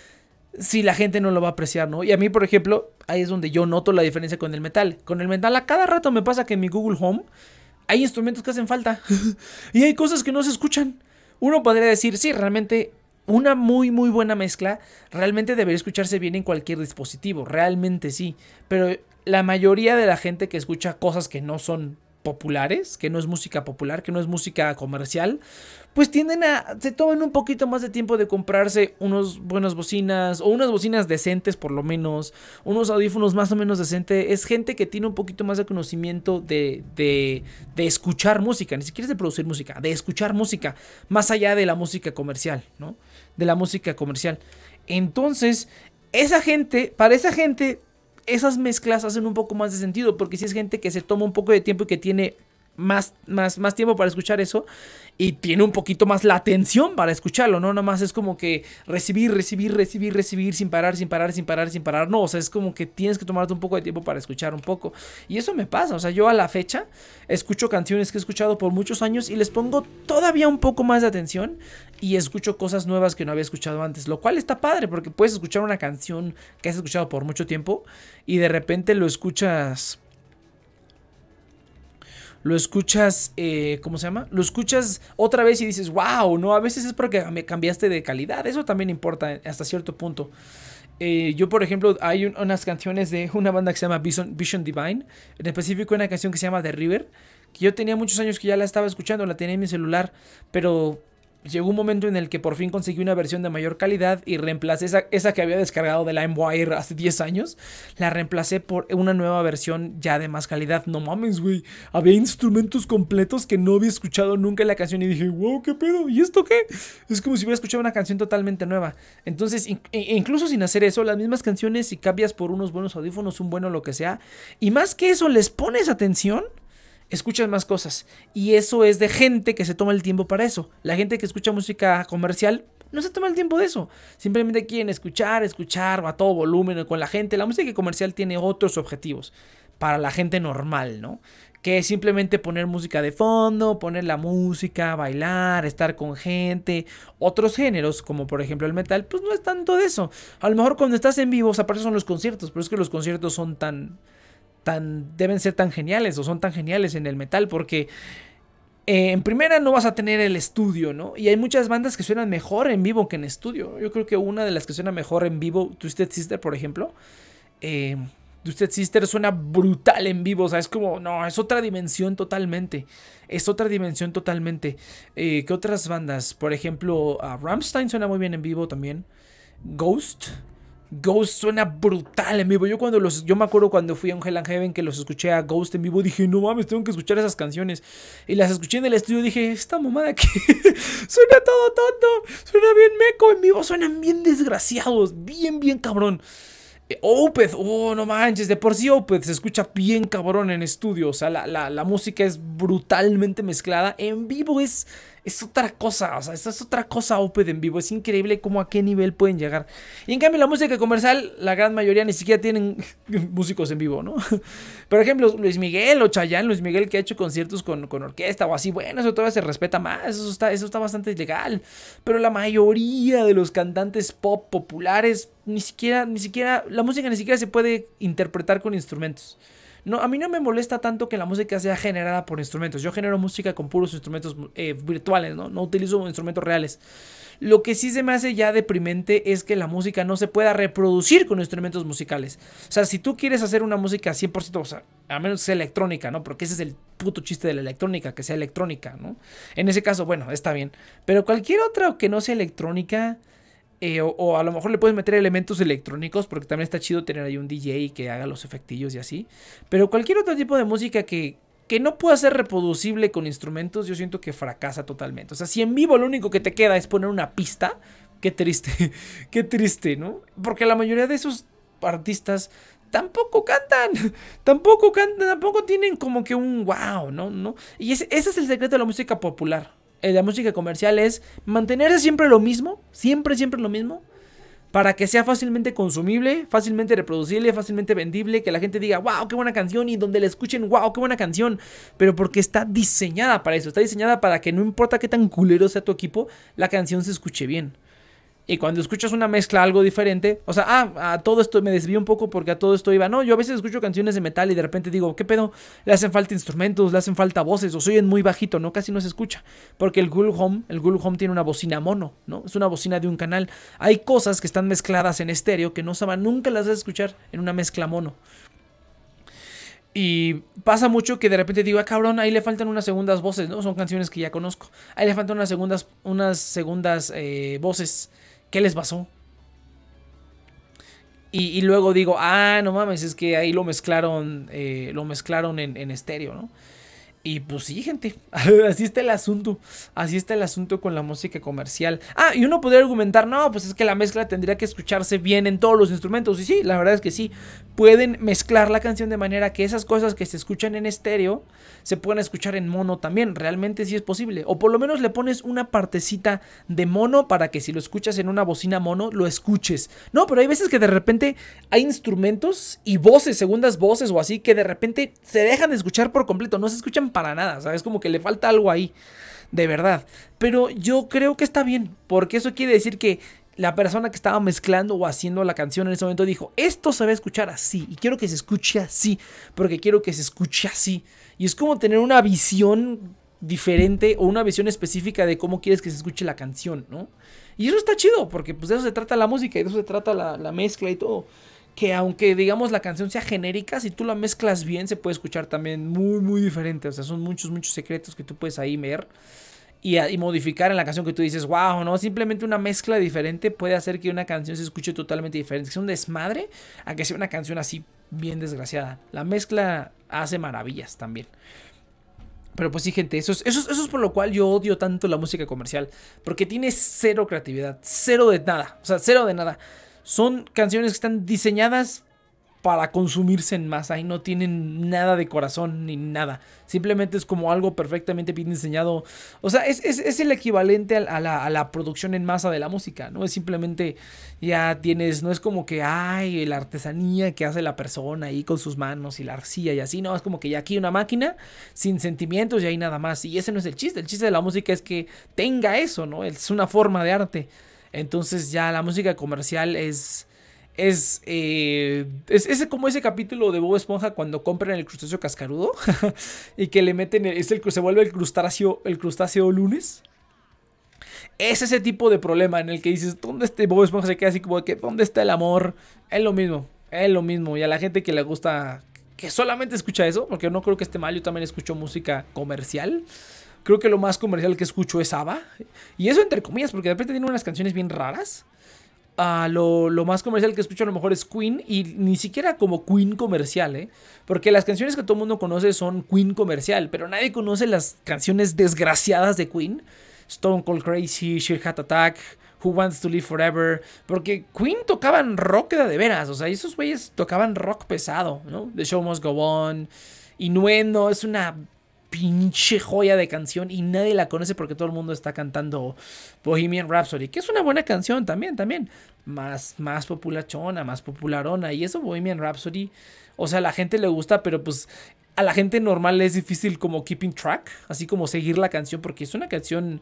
si la gente no lo va a apreciar, ¿no? Y a mí, por ejemplo, ahí es donde yo noto la diferencia con el metal. Con el metal a cada rato me pasa que en mi Google Home hay instrumentos que hacen falta y hay cosas que no se escuchan. Uno podría decir, sí, realmente una muy muy buena mezcla realmente debería escucharse bien en cualquier dispositivo, realmente sí, pero la mayoría de la gente que escucha cosas que no son populares, que no es música popular, que no es música comercial, pues se toman un poquito más de tiempo de comprarse unos buenas bocinas o unas bocinas decentes por lo menos, unos audífonos más o menos decentes. Es gente que tiene un poquito más de conocimiento de escuchar música, ni siquiera es de producir música, de escuchar música, más allá de la música comercial, ¿no? De la música comercial. Entonces, para esa gente, esas mezclas hacen un poco más de sentido, porque si es gente que se toma un poco de tiempo y que tiene más tiempo para escuchar eso y tiene un poquito más la atención para escucharlo, no nomás es como que recibir sin parar, no, o sea, es como que tienes que tomarte un poco de tiempo para escuchar un poco, y eso me pasa, o sea, yo a la fecha escucho canciones que he escuchado por muchos años y les pongo todavía un poco más de atención y escucho cosas nuevas que no había escuchado antes, lo cual está padre porque puedes escuchar una canción que has escuchado por mucho tiempo y de repente lo escuchas, ¿cómo se llama? Lo escuchas otra vez y dices, wow, ¿no? A veces es porque me cambiaste de calidad. Eso también importa hasta cierto punto. Yo, por ejemplo, hay unas canciones de una banda que se llama Vision Divine. En específico una canción que se llama The River, que yo tenía muchos años que ya la estaba escuchando, la tenía en mi celular, pero llegó un momento en el que por fin conseguí una versión de mayor calidad y reemplacé esa que había descargado de LimeWire hace 10 años. La reemplacé por una nueva versión ya de más calidad. No mames, güey. Había instrumentos completos que no había escuchado nunca en la canción y dije, wow, ¿qué pedo? ¿Y esto qué? Es como si hubiera escuchado una canción totalmente nueva. Entonces, incluso sin hacer eso, las mismas canciones, si cambias por unos buenos audífonos, un bueno lo que sea, y más que eso, les pones atención, escuchas más cosas. Y eso es de gente que se toma el tiempo para eso. La gente que escucha música comercial no se toma el tiempo de eso. Simplemente quieren escuchar a todo volumen con la gente. La música comercial tiene otros objetivos para la gente normal, ¿no? Que es simplemente poner música de fondo, poner la música, bailar, estar con gente. Otros géneros, como por ejemplo el metal, pues no es tanto de eso. A lo mejor cuando estás en vivo, o sea, para eso son los conciertos, pero es que los conciertos son deben ser tan geniales o son tan geniales en el metal porque en primera no vas a tener el estudio, ¿no? Y hay muchas bandas que suenan mejor en vivo que en estudio. Yo creo que una de las que suena mejor en vivo, Twisted Sister, por ejemplo, Twisted Sister suena brutal en vivo, o sea, es como, no, es otra dimensión totalmente. ¿Qué otras bandas? Por ejemplo, Rammstein suena muy bien en vivo también. Ghost suena brutal en vivo. Yo me acuerdo cuando fui a un Hell and Heaven que los escuché a Ghost en vivo, dije, no mames, tengo que escuchar esas canciones. Y las escuché en el estudio y dije, esta mamada aquí suena todo tonto, suena bien meco en vivo, suenan bien desgraciados, bien cabrón. Opeth, no manches, de por sí Opeth se escucha bien cabrón en estudio, o sea, la música es brutalmente mezclada, en vivo es otra cosa, o sea, es otra cosa Opeth en vivo, es increíble cómo a qué nivel pueden llegar. Y en cambio la música comercial, la gran mayoría ni siquiera tienen músicos en vivo, ¿no? Por ejemplo, Luis Miguel o Chayanne, Luis Miguel que ha hecho conciertos con orquesta o así, bueno, eso todavía se respeta más, eso está bastante legal, pero la mayoría de los cantantes pop populares, ni siquiera, la música ni siquiera se puede interpretar con instrumentos. No, a mí no me molesta tanto que la música sea generada por instrumentos. Yo genero música con puros instrumentos virtuales, ¿no? No utilizo instrumentos reales. Lo que sí se me hace ya deprimente es que la música no se pueda reproducir con instrumentos musicales. O sea, si tú quieres hacer una música 100%, o sea, a menos que sea electrónica, ¿no? Porque ese es el puto chiste de la electrónica, que sea electrónica, ¿no? En ese caso, bueno, está bien. Pero cualquier otra que no sea electrónica... o a lo mejor le puedes meter elementos electrónicos, porque también está chido tener ahí un DJ que haga los efectillos y así. Pero cualquier otro tipo de música que no pueda ser reproducible con instrumentos, yo siento que fracasa totalmente. O sea, si en vivo lo único que te queda es poner una pista, qué triste, ¿no? Porque la mayoría de esos artistas tampoco cantan, tampoco tienen como que un wow, ¿no? Y ese es el secreto de la música popular. La música comercial es mantenerse siempre lo mismo, siempre lo mismo, para que sea fácilmente consumible, fácilmente reproducible, fácilmente vendible, que la gente diga, wow, qué buena canción, y donde la escuchen, wow, qué buena canción, pero porque está diseñada para eso, está diseñada para que no importa qué tan culero sea tu equipo, la canción se escuche bien. Y cuando escuchas una mezcla algo diferente, o sea, a todo esto me desvío un poco porque a todo esto iba. No, yo a veces escucho canciones de metal y de repente digo, ¿qué pedo? Le hacen falta instrumentos, le hacen falta voces, o se oyen muy bajito, ¿no? Casi no se escucha. Porque el Google Home tiene una bocina mono, ¿no? Es una bocina de un canal. Hay cosas que están mezcladas en estéreo que no saben, nunca las vas a escuchar en una mezcla mono. Y pasa mucho que de repente digo, cabrón, ahí le faltan unas segundas voces, ¿no? Son canciones que ya conozco. Ahí le faltan unas segundas voces. ¿Qué les pasó? Y luego digo, no mames, es que ahí lo mezclaron en estéreo, ¿no? Y pues sí, gente, así está el asunto. Así está el asunto con la música comercial. Y uno podría argumentar, no, pues es que la mezcla tendría que escucharse bien en todos los instrumentos. Y sí, la verdad es que sí. Pueden mezclar la canción de manera que esas cosas que se escuchan en estéreo se pueden escuchar en mono también. Realmente sí es posible. O por lo menos le pones una partecita de mono para que si lo escuchas en una bocina mono, lo escuches. No, pero hay veces que de repente hay instrumentos y voces, segundas voces o así, que de repente se dejan de escuchar por completo. No se escuchan para nada, ¿sabes? Como que le falta algo ahí, de verdad. Pero yo creo que está bien, porque eso quiere decir que la persona que estaba mezclando o haciendo la canción en ese momento dijo, esto se va a escuchar así, y quiero que se escuche así, porque quiero que se escuche así. Y es como tener una visión diferente o una visión específica de cómo quieres que se escuche la canción, ¿no? Y eso está chido, porque pues de eso se trata la música y de eso se trata la mezcla y todo. Que aunque digamos la canción sea genérica, si tú la mezclas bien se puede escuchar también muy muy diferente. O sea, son muchos secretos que tú puedes ahí ver y modificar en la canción que tú dices, wow, ¿no? Simplemente una mezcla diferente puede hacer que una canción se escuche totalmente diferente. Que sea un desmadre a que sea una canción así bien desgraciada. La mezcla hace maravillas también. Pero pues sí, gente, eso es por lo cual yo odio tanto la música comercial. Porque tiene cero creatividad, cero de nada. O sea, cero de nada. Son canciones que están diseñadas para consumirse en masa y no tienen nada de corazón ni nada. Simplemente es como algo perfectamente bien diseñado. O sea, es el equivalente a la producción en masa de la música, ¿no? Es simplemente ya tienes, no es como que hay la artesanía que hace la persona ahí con sus manos y la arcilla y así, no, es como que ya aquí una máquina sin sentimientos y ahí nada más. Y ese no es el chiste de la música es que tenga eso, ¿no? Es una forma de arte. Entonces ya la música comercial es como ese capítulo de Bob Esponja cuando compran el crustáceo cascarudo y que le meten, se vuelve el crustáceo lunes. Es ese tipo de problema en el que dices, ¿dónde está Bob Esponja? Se queda así como que, ¿dónde está el amor? Es lo mismo. Y a la gente que le gusta, que solamente escucha eso, porque no creo que esté mal, yo también escucho música comercial. Creo que lo más comercial que escucho es ABBA. Y eso entre comillas, porque de repente tiene unas canciones bien raras. Lo más comercial que escucho a lo mejor es Queen. Y ni siquiera como Queen comercial, porque las canciones que todo el mundo conoce son Queen comercial. Pero nadie conoce las canciones desgraciadas de Queen. Stone Cold Crazy, Sheer Heart Attack, Who Wants to Live Forever. Porque Queen tocaban rock de veras. O sea, esos güeyes tocaban rock pesado, ¿no? The Show Must Go On. Innuendo es una pinche joya de canción y nadie la conoce porque todo el mundo está cantando Bohemian Rhapsody, que es una buena canción también, más populachona, más popularona, y eso Bohemian Rhapsody, o sea, a la gente le gusta, pero pues a la gente normal es difícil como keeping track, así como seguir la canción, porque es una canción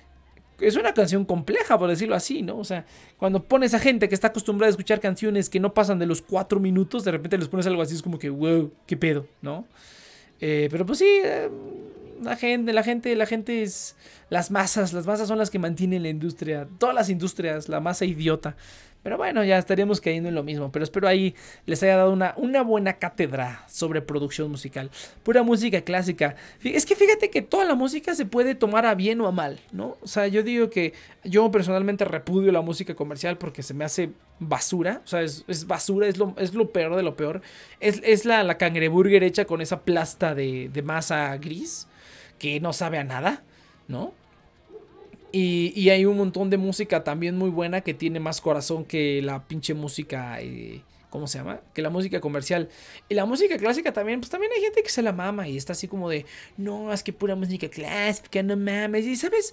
compleja, por decirlo así, ¿no? O sea, cuando pones a gente que está acostumbrada a escuchar canciones que no pasan de los 4 minutos, de repente les pones algo así, es como que, wow, qué pedo, ¿no? Pero pues sí, la gente es las masas son las que mantienen la industria, todas las industrias, la masa idiota. Pero bueno, ya estaríamos cayendo en lo mismo. Pero espero ahí les haya dado una buena cátedra sobre producción musical. Pura música clásica. Es que fíjate que toda la música se puede tomar a bien o a mal, ¿no? O sea, yo digo que yo personalmente repudio la música comercial porque se me hace basura. O sea, es basura, es lo peor de lo peor. Es la cangreburger hecha con esa plasta de masa gris que no sabe a nada, ¿no? Y hay un montón de música también muy buena que tiene más corazón que la pinche música, ¿cómo se llama? Que la música comercial. Y la música clásica también, pues también hay gente que se la mama y está así como de, no, es que pura música clásica, no mames. Y sabes,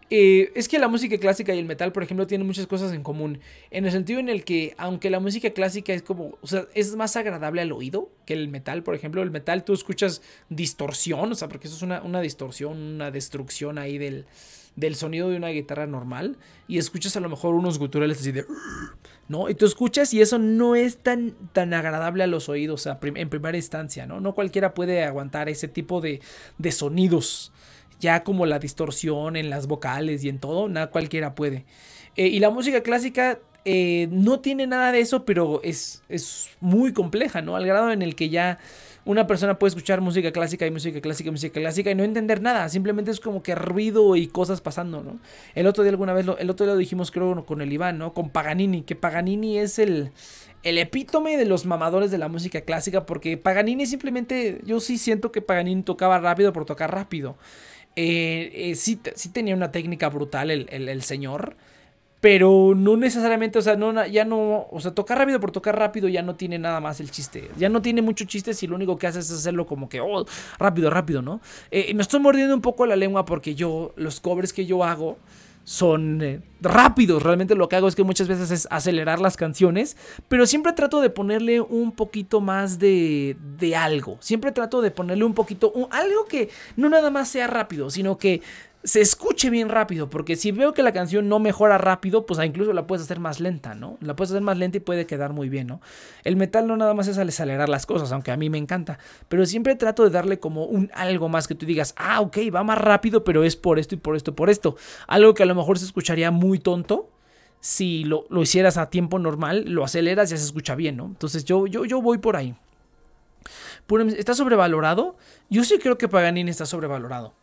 Es que la música clásica y el metal, por ejemplo, tienen muchas cosas en común. En el sentido en el que, aunque la música clásica es como, o sea, es más agradable al oído que el metal, por ejemplo. El metal tú escuchas distorsión, o sea, porque eso es una distorsión, una destrucción ahí del sonido de una guitarra normal. Y escuchas a lo mejor unos guturales así de... ¿no? Y tú escuchas y eso no es tan agradable a los oídos en primera instancia, ¿no? No cualquiera puede aguantar ese tipo de sonidos. Ya como la distorsión en las vocales y en todo, nada cualquiera puede. Y la música clásica no tiene nada de eso, pero es muy compleja, ¿no? Al grado en el que ya una persona puede escuchar música clásica y música clásica y música clásica y no entender nada. Simplemente es como que ruido y cosas pasando, ¿no? El otro día lo dijimos, creo, con el Iván, ¿no? Con Paganini, que Paganini es el epítome de los mamadores de la música clásica, porque Paganini simplemente, yo sí siento que Paganini tocaba rápido por tocar rápido. Sí tenía una técnica brutal el señor, pero no necesariamente, o sea, ya no, o sea, tocar rápido por tocar rápido ya no tiene nada más el chiste. Ya no tiene mucho chiste si lo único que hace es hacerlo como que, oh, rápido, rápido, ¿no? Me estoy mordiendo un poco la lengua porque los covers que yo hago son rápidos. Realmente lo que hago es que muchas veces es acelerar las canciones, pero siempre trato de ponerle un poquito más de algo. Siempre trato de ponerle un poquito, algo que no nada más sea rápido, sino que se escuche bien rápido, porque si veo que la canción no mejora rápido, pues incluso la puedes hacer más lenta, ¿no? La puedes hacer más lenta y puede quedar muy bien, ¿no? El metal no nada más es acelerar las cosas, aunque a mí me encanta, pero siempre trato de darle como algo más que tú digas, ok, va más rápido, pero es por esto y por esto y por esto. Algo que a lo mejor se escucharía muy tonto. Si lo hicieras a tiempo normal, lo aceleras y ya se escucha bien, ¿no? Entonces yo voy por ahí. ¿Está sobrevalorado? Yo sí creo que Paganini está sobrevalorado.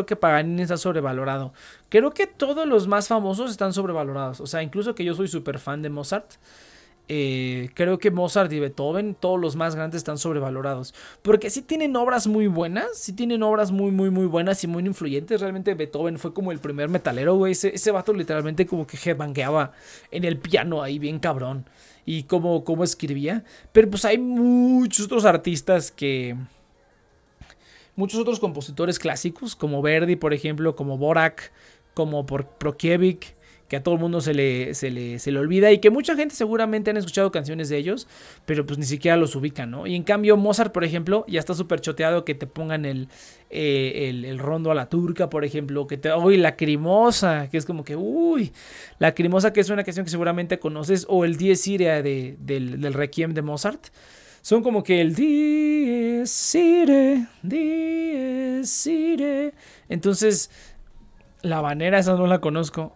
Creo que todos los más famosos están sobrevalorados. O sea, incluso que yo soy súper fan de Mozart. Creo que Mozart y Beethoven, todos los más grandes, están sobrevalorados. Porque sí tienen obras muy buenas. Sí tienen obras muy, muy, muy buenas y muy influyentes. Realmente Beethoven fue como el primer metalero, güey. Ese vato literalmente como que headbangueaba en el piano ahí bien cabrón. Y cómo escribía. Pero pues hay muchos otros artistas muchos otros compositores clásicos, como Verdi, por ejemplo, como Dvořák, como Prokofiev, que a todo el mundo se le olvida y que mucha gente seguramente han escuchado canciones de ellos, pero pues ni siquiera los ubican, ¿no? Y en cambio Mozart, por ejemplo, ya está súper choteado que te pongan el rondo a la turca, por ejemplo, uy, Lacrimosa, que es como que, uy, Lacrimosa, que es una canción que seguramente conoces, o el Dies Irae del Requiem de Mozart. Son como que el Dies Irae, Dies Irae. Entonces, La Habanera, esa no la conozco.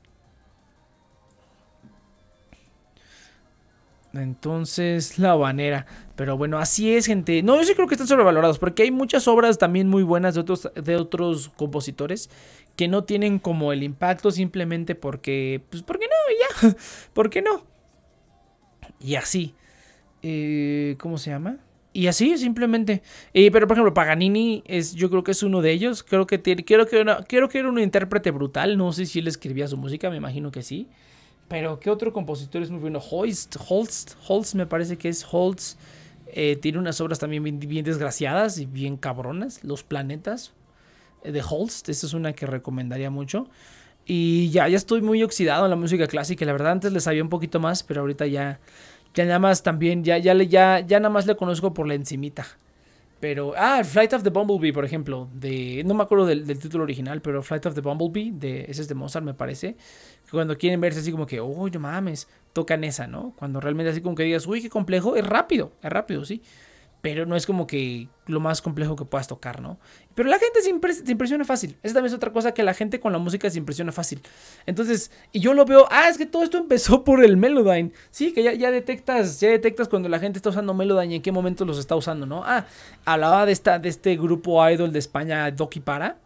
Entonces, La Habanera. Pero bueno, así es, gente. No, yo sí creo que están sobrevalorados, porque hay muchas obras también muy buenas de otros compositores que no tienen como el impacto simplemente porque... Pues, ¿por qué no? Ya. ¿Por qué no? Y así. ¿Cómo se llama? Y así, simplemente. Pero, por ejemplo, Paganini, yo creo que es uno de ellos. Creo que era un intérprete brutal. No sé si él escribía su música, me imagino que sí. Pero, ¿qué otro compositor es muy bueno? Holst, me parece que es Holst. Tiene unas obras también bien desgraciadas y bien cabronas. Los planetas de Holst. Esa es una que recomendaría mucho. Y ya estoy muy oxidado en la música clásica. La verdad, antes le sabía un poquito más, pero ahorita ya nada más también, ya nada más le conozco por la encimita. Pero, Flight of the Bumblebee, por ejemplo, no me acuerdo del título original, pero Flight of the Bumblebee, ese es de Mozart, me parece. Que cuando quieren verse así como que, uy, no mames, tocan esa, ¿no? Cuando realmente así como que digas, uy, qué complejo, es rápido, sí. Pero no es como que lo más complejo que puedas tocar, ¿no? Pero la gente se impresiona fácil. Esa también es otra cosa, que la gente con la música se impresiona fácil. Entonces, y yo lo veo, es que todo esto empezó por el Melodyne. Sí, que ya detectas cuando la gente está usando Melodyne y en qué momento los está usando, ¿no? Hablaba de este grupo idol de España, Doki Para.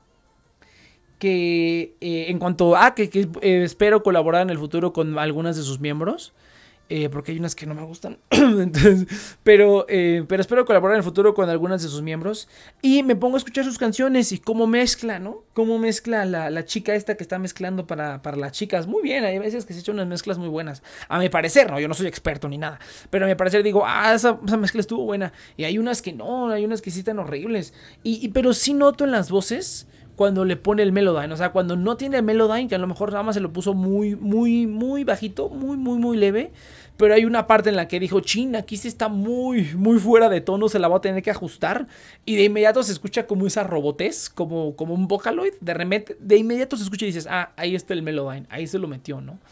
Que en cuanto que espero colaborar en el futuro con algunas de sus miembros. Porque hay unas que no me gustan. Entonces, pero espero colaborar en el futuro con algunas de sus miembros. Y me pongo a escuchar sus canciones y cómo mezcla, ¿no? Cómo mezcla la chica esta que está mezclando para las chicas. Muy bien, hay veces que se echan unas mezclas muy buenas. A mi parecer, ¿no? Yo no soy experto ni nada. Pero a mi parecer digo, esa mezcla estuvo buena. Y hay unas que no, hay unas que sí están horribles. Pero sí noto en las voces cuando le pone el Melodyne. O sea, cuando no tiene el Melodyne, que a lo mejor nada más se lo puso muy, muy, muy bajito, muy, muy, muy leve. Pero hay una parte en la que dijo, chin, aquí sí está muy, muy fuera de tono, se la va a tener que ajustar. Y de inmediato se escucha como esa robotez, como un Vocaloid. De inmediato se escucha y dices, ahí está el Melodyne, ahí se lo metió, ¿no?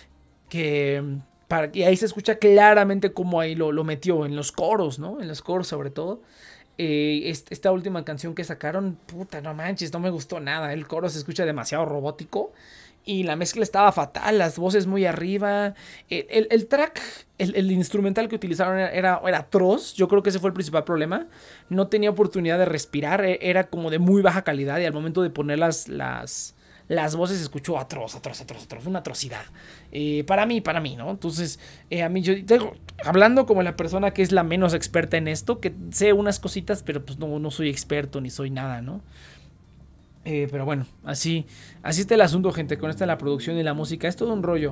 Y ahí se escucha claramente cómo ahí lo metió, en los coros, ¿no? En los coros sobre todo. Esta última canción que sacaron, puta, no manches, no me gustó nada. El coro se escucha demasiado robótico. Y la mezcla estaba fatal, las voces muy arriba. El track, el instrumental que utilizaron era atroz. Yo creo que ese fue el principal problema. No tenía oportunidad de respirar. Era como de muy baja calidad. Y al momento de poner las voces se escuchó atroz. Fue una atrocidad. Para mí, ¿no? Entonces, a mí yo hablando como la persona que es la menos experta en esto, que sé unas cositas, pero pues no soy experto ni soy nada, ¿no? Pero bueno, así está el asunto, gente, con esta la producción y la música. Es todo un rollo.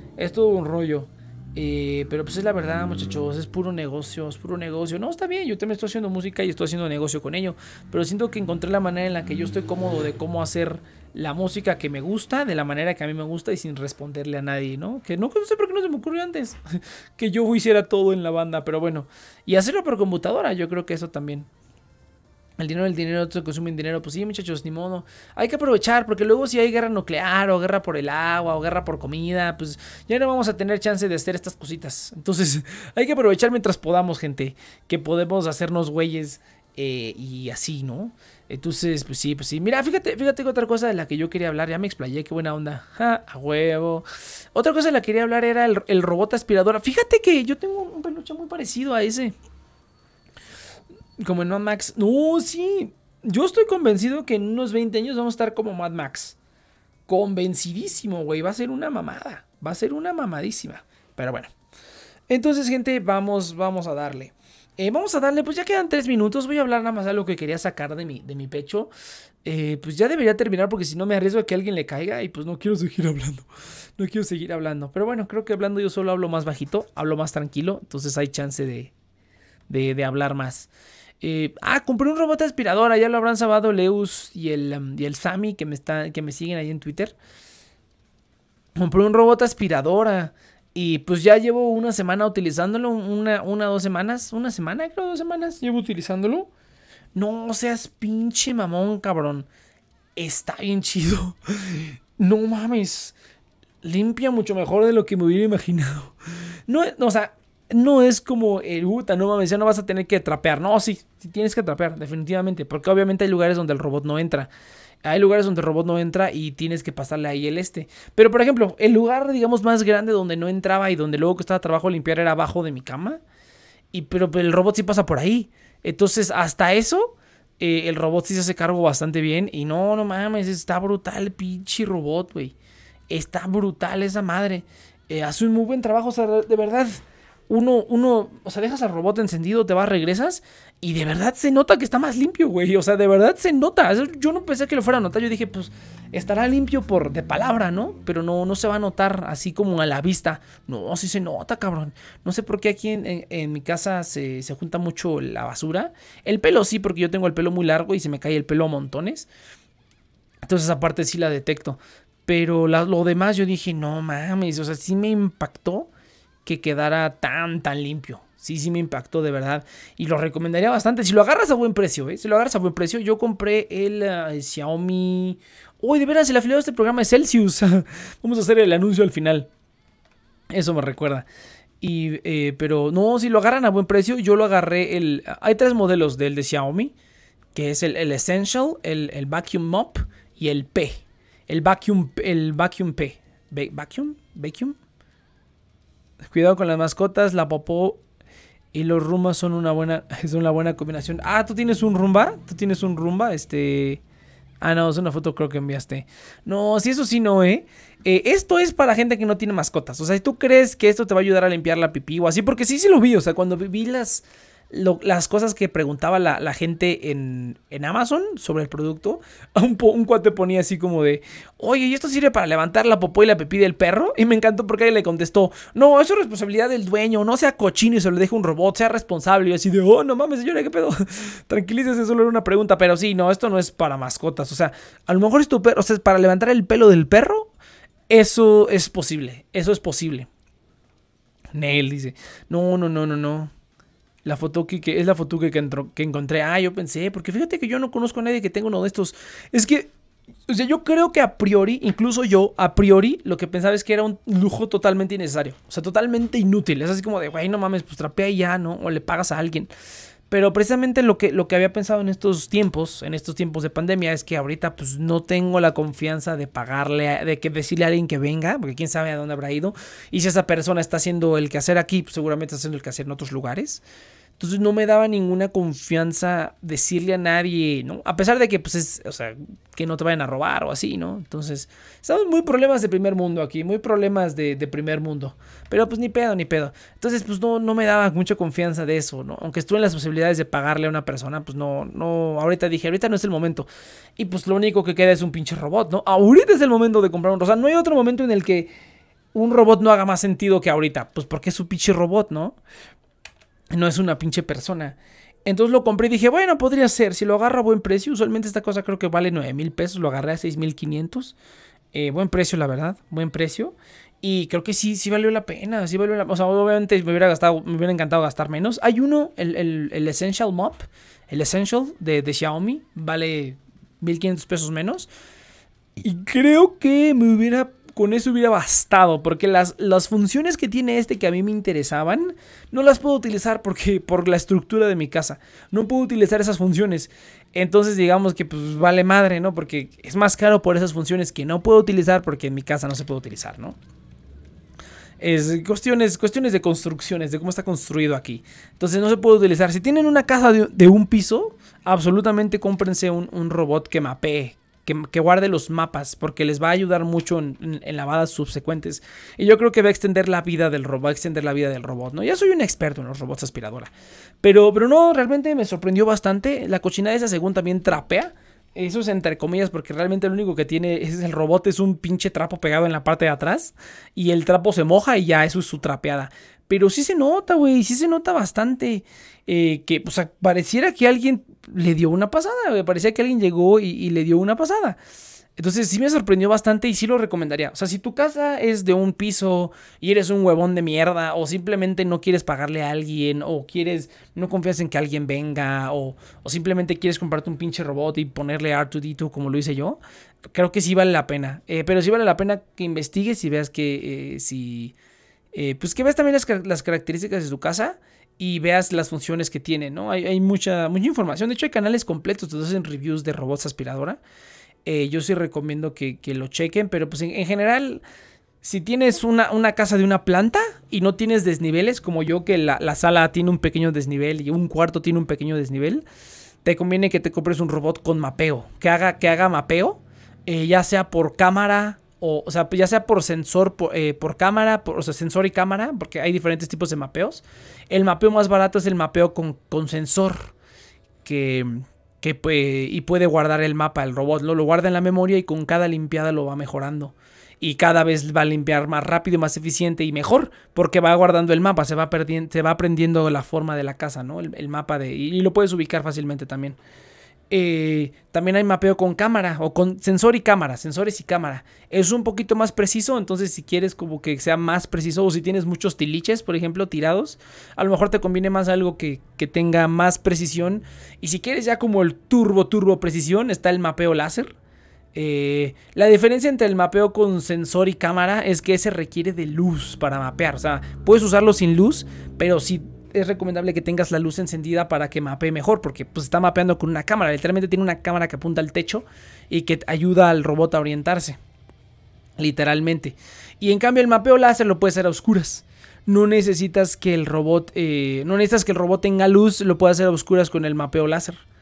Pero pues es la verdad, muchachos, es puro negocio. No, está bien, yo también estoy haciendo música y estoy haciendo negocio con ello. Pero siento que encontré la manera en la que yo estoy cómodo de cómo hacer la música que me gusta, de la manera que a mí me gusta y sin responderle a nadie, ¿no? Que no sé por qué no se me ocurrió antes que yo hiciera todo en la banda, pero bueno. Y hacerlo por computadora, yo creo que eso también. El dinero, otros consumen dinero. Pues sí, muchachos, ni modo. Hay que aprovechar, porque luego si hay guerra nuclear, o guerra por el agua, o guerra por comida, pues ya no vamos a tener chance de hacer estas cositas. Entonces, hay que aprovechar mientras podamos, gente. Que podemos hacernos güeyes y así, ¿no? Entonces, pues sí. Mira, fíjate que otra cosa de la que yo quería hablar. Ya me explayé, qué buena onda. A huevo. Otra cosa de la que quería hablar era el robot aspiradora. Fíjate que yo tengo un peluche muy parecido a ese. Como en Mad Max. No, sí. Yo estoy convencido que en unos 20 años vamos a estar como Mad Max. Convencidísimo, güey. Va a ser una mamada. Va a ser una mamadísima. Pero bueno. Entonces, gente, vamos a darle. Pues ya quedan 3 minutos. Voy a hablar nada más de lo que quería sacar de mi pecho. Pues ya debería terminar porque si no me arriesgo a que a alguien le caiga. Y pues no quiero seguir hablando. Pero bueno, creo que hablando yo solo hablo más bajito. Hablo más tranquilo. Entonces hay chance de hablar más. Compré un robot aspiradora. Ya lo habrán sabado Leus y el Sammy que me siguen ahí en Twitter. Compré un robot aspiradora. Y pues ya llevo una semana utilizándolo. Una 2 semanas. Una semana, creo, 2 semanas llevo utilizándolo. No seas pinche mamón, cabrón. Está bien chido. No mames. Limpia mucho mejor de lo que me hubiera imaginado. No es como el no mames, ya no vas a tener que trapear. No, sí tienes que trapear, definitivamente. Porque obviamente hay lugares donde el robot no entra. Y tienes que pasarle ahí Pero por ejemplo, el lugar, digamos, más grande donde no entraba y donde luego costaba trabajo limpiar era abajo de mi cama. Pero el robot sí pasa por ahí. Entonces, hasta eso, el robot sí se hace cargo bastante bien. Y no mames, está brutal el pinche robot, güey. Está brutal esa madre. Hace un muy buen trabajo, o sea, de verdad. O sea, dejas al robot encendido, te vas, regresas y de verdad se nota que está más limpio, güey. O sea, de verdad se nota. Yo no pensé que lo fuera a notar. Yo dije, pues, estará limpio de palabra, ¿no? Pero no se va a notar así como a la vista. No, sí se nota, cabrón. No sé por qué aquí en mi casa se junta mucho la basura. El pelo sí, porque yo tengo el pelo muy largo y se me cae el pelo a montones. Entonces, aparte sí la detecto. Pero lo demás yo dije, no mames, o sea, sí me impactó que quedara tan limpio. Sí me impactó de verdad. Y lo recomendaría bastante. Si lo agarras a buen precio, yo compré el Xiaomi. Uy, de veras, el afiliado de este programa es Celsius. Vamos a hacer el anuncio al final. Eso me recuerda. Pero no, si lo agarran a buen precio, yo lo agarré hay 3 modelos del de Xiaomi. Que es el Essential, el Vacuum Mop y el P. El Vacuum P. ¿Vacuum? Cuidado con las mascotas, la popó y los Rumbas son una buena combinación. ¿Tú tienes un Rumba? No, es una foto creo que enviaste. No, si eso sí no, esto es para gente que no tiene mascotas. O sea, si tú crees que esto te va a ayudar a limpiar la pipí o así, porque sí lo vi. O sea, cuando vi las cosas que preguntaba la gente en Amazon sobre el producto. Un cuate ponía así como de, oye, ¿y esto sirve para levantar la popó y la pipí del perro? Y me encantó porque alguien le contestó, no, eso es responsabilidad del dueño, no sea cochino y se lo deje un robot, sea responsable. Y así de, oh, no mames, señora, ¿qué pedo? Tranquilícese, solo era una pregunta. Pero sí, no, esto no es para mascotas. O sea, a lo mejor es tu perro, o sea, para levantar el pelo del perro, eso es posible. Eso es posible. Neil dice, no. La foto que es la foto que encontré. Ah, yo pensé, porque fíjate que yo no conozco a nadie que tenga uno de estos. Es que, o sea, yo creo que a priori, incluso yo, a priori, lo que pensaba es que era un lujo totalmente innecesario. O sea, totalmente inútil. Es así como de, güey, no mames, pues trapea y ya, ¿no? O le pagas a alguien. Pero precisamente lo que había pensado en estos tiempos de pandemia, es que ahorita pues no tengo la confianza de pagarle, de que decirle a alguien que venga, porque quién sabe a dónde habrá ido. Y si esa persona está haciendo el quehacer aquí, pues seguramente está haciendo el quehacer en otros lugares. Entonces no me daba ninguna confianza decirle a nadie, ¿no? A pesar de que, pues, o sea, que no te vayan a robar o así, ¿no? Entonces, estamos muy problemas de primer mundo aquí, muy problemas de primer mundo. Pero, pues, ni pedo. Entonces, pues, no me daba mucha confianza de eso, ¿no? Aunque estuve en las posibilidades de pagarle a una persona, pues, no, ahorita dije, ahorita no es el momento. Y, pues, lo único que queda es un pinche robot, ¿no? Ahorita es el momento de comprar un robot. O sea, no hay otro momento en el que un robot no haga más sentido que ahorita. Pues, porque es un pinche robot, ¿no? No es una pinche persona. Entonces lo compré y dije, bueno, podría ser. Si lo agarro a buen precio, usualmente esta cosa creo que vale 9,000 pesos. Lo agarré a 6,500. Buen precio, la verdad. Buen precio. Y creo que sí valió la pena. Sí valió la pena. O sea, obviamente me hubiera encantado gastar menos. Hay uno, el Essential Mop. El Essential de Xiaomi. Vale 1,500 pesos menos. Y creo que con eso hubiera bastado, porque las funciones que tiene este que a mí me interesaban, no las puedo utilizar por la estructura de mi casa. No puedo utilizar esas funciones. Entonces digamos que pues vale madre, ¿no? Porque es más caro por esas funciones que no puedo utilizar porque en mi casa no se puede utilizar, ¿no? Es cuestiones de construcciones, de cómo está construido aquí. Entonces no se puede utilizar. Si tienen una casa de un piso, absolutamente cómprense un robot que mapee, que guarde los mapas, porque les va a ayudar mucho en lavadas subsecuentes. Y yo creo que va a extender la vida del robot, ¿no? Ya soy un experto en los robots aspiradora. Pero no, realmente me sorprendió bastante. La cochinada esa, según, también trapea. Eso es entre comillas, porque realmente lo único que tiene es el robot, es un pinche trapo pegado en la parte de atrás. Y el trapo se moja y ya eso es su trapeada. Pero sí se nota, güey, sí se nota bastante. Que, o sea, pareciera que alguien le dio una pasada, güey. Parecía que alguien llegó y le dio una pasada. Entonces sí me sorprendió bastante y sí lo recomendaría. O sea, si tu casa es de un piso y eres un huevón de mierda, o simplemente no quieres pagarle a alguien, o no confías en que alguien venga, o simplemente quieres comprarte un pinche robot y ponerle R2D2 como lo hice yo, creo que sí vale la pena. Pero sí vale la pena que investigues y veas que pues que veas también las características de tu casa y veas las funciones que tiene, ¿no? Hay mucha información. De hecho, hay canales completos donde hacen reviews de robots aspiradora. Yo sí recomiendo que lo chequen, pero pues en general, si tienes una casa de una planta y no tienes desniveles, como yo, que la sala tiene un pequeño desnivel y un cuarto tiene un pequeño desnivel, te conviene que te compres un robot con mapeo, que haga mapeo, ya sea por cámara, o sea, ya sea por sensor, por cámara, o sea, sensor y cámara, porque hay diferentes tipos de mapeos. El mapeo más barato es el mapeo con sensor, y puede guardar el mapa, el robot lo guarda en la memoria y con cada limpiada lo va mejorando. Y cada vez va a limpiar más rápido, más eficiente y mejor, porque va guardando el mapa, se va aprendiendo la forma de la casa, ¿no? El mapa y lo puedes ubicar fácilmente también. También hay mapeo con cámara o con sensores y cámara. Es un poquito más preciso, entonces si quieres como que sea más preciso, o si tienes muchos tiliches, por ejemplo, tirados, a lo mejor te conviene más algo que tenga más precisión. Y si quieres ya como el turbo precisión, está el mapeo láser. La diferencia entre el mapeo con sensor y cámara es que ese requiere de luz para mapear. O sea, puedes usarlo sin luz, pero sí es recomendable que tengas la luz encendida para que mapee mejor, porque pues está mapeando con una cámara. Literalmente tiene una cámara que apunta al techo y que ayuda al robot a orientarse. Literalmente. Y en cambio el mapeo láser lo puedes hacer a oscuras. No necesitas que el robot tenga luz, lo puedes hacer a oscuras con el mapeo láser.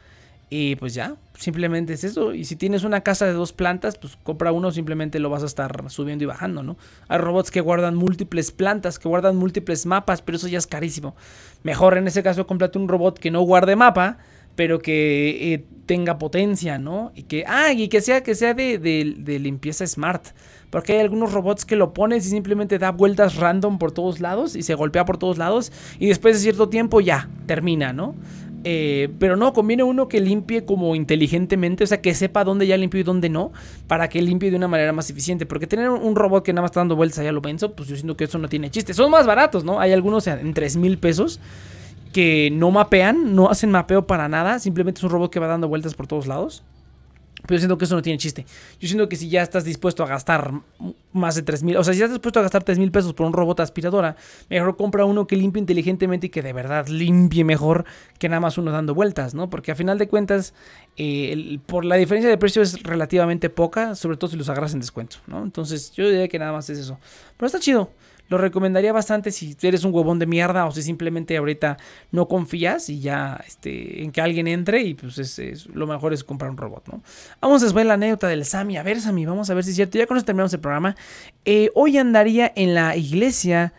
Y pues ya, simplemente es eso. Y si tienes una casa de 2 plantas, pues compra uno, simplemente lo vas a estar subiendo y bajando, ¿no? Hay robots que guardan múltiples plantas, que guardan múltiples mapas, pero eso ya es carísimo. Mejor en ese caso cómprate un robot que no guarde mapa, pero que tenga potencia, ¿no? Y que sea de limpieza smart. Porque hay algunos robots que lo pones y simplemente da vueltas random por todos lados y se golpea por todos lados y después de cierto tiempo ya termina, ¿no? Pero no, conviene uno que limpie como inteligentemente, o sea, que sepa dónde ya limpió y dónde no, para que limpie de una manera más eficiente. Porque tener un robot que nada más está dando vueltas allá lo menso, pues yo siento que eso no tiene chiste. Son más baratos, ¿no? Hay algunos en 3,000 pesos que no mapean, no hacen mapeo para nada, simplemente es un robot que va dando vueltas por todos lados. Pero yo siento que eso no tiene chiste. Yo siento que si ya estás dispuesto a gastar más de 3,000, o sea, si estás dispuesto a gastar 3,000 pesos por un robot aspiradora, mejor compra uno que limpie inteligentemente y que de verdad limpie mejor que nada más uno dando vueltas, ¿no? Porque a final de cuentas, por la diferencia de precio es relativamente poca, sobre todo si los agarras en descuento, ¿no? Entonces yo diría que nada más es eso. Pero está chido. Lo recomendaría bastante si eres un huevón de mierda o si simplemente ahorita no confías y ya en que alguien entre y pues lo mejor es comprar un robot, ¿no? Vamos a ver la anécdota del Sammy. A ver, Sammy, vamos a ver si es cierto. Ya con eso terminamos el programa. Hoy andaba en la iglesia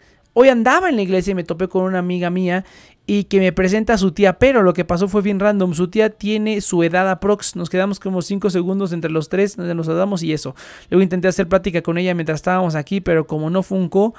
y me topé con una amiga mía y que me presenta a su tía, pero lo que pasó fue bien random. Su tía tiene su edad aprox, nos quedamos como 5 segundos entre los tres, nos saludamos y eso. Luego intenté hacer plática con ella mientras estábamos aquí, pero como no funcó,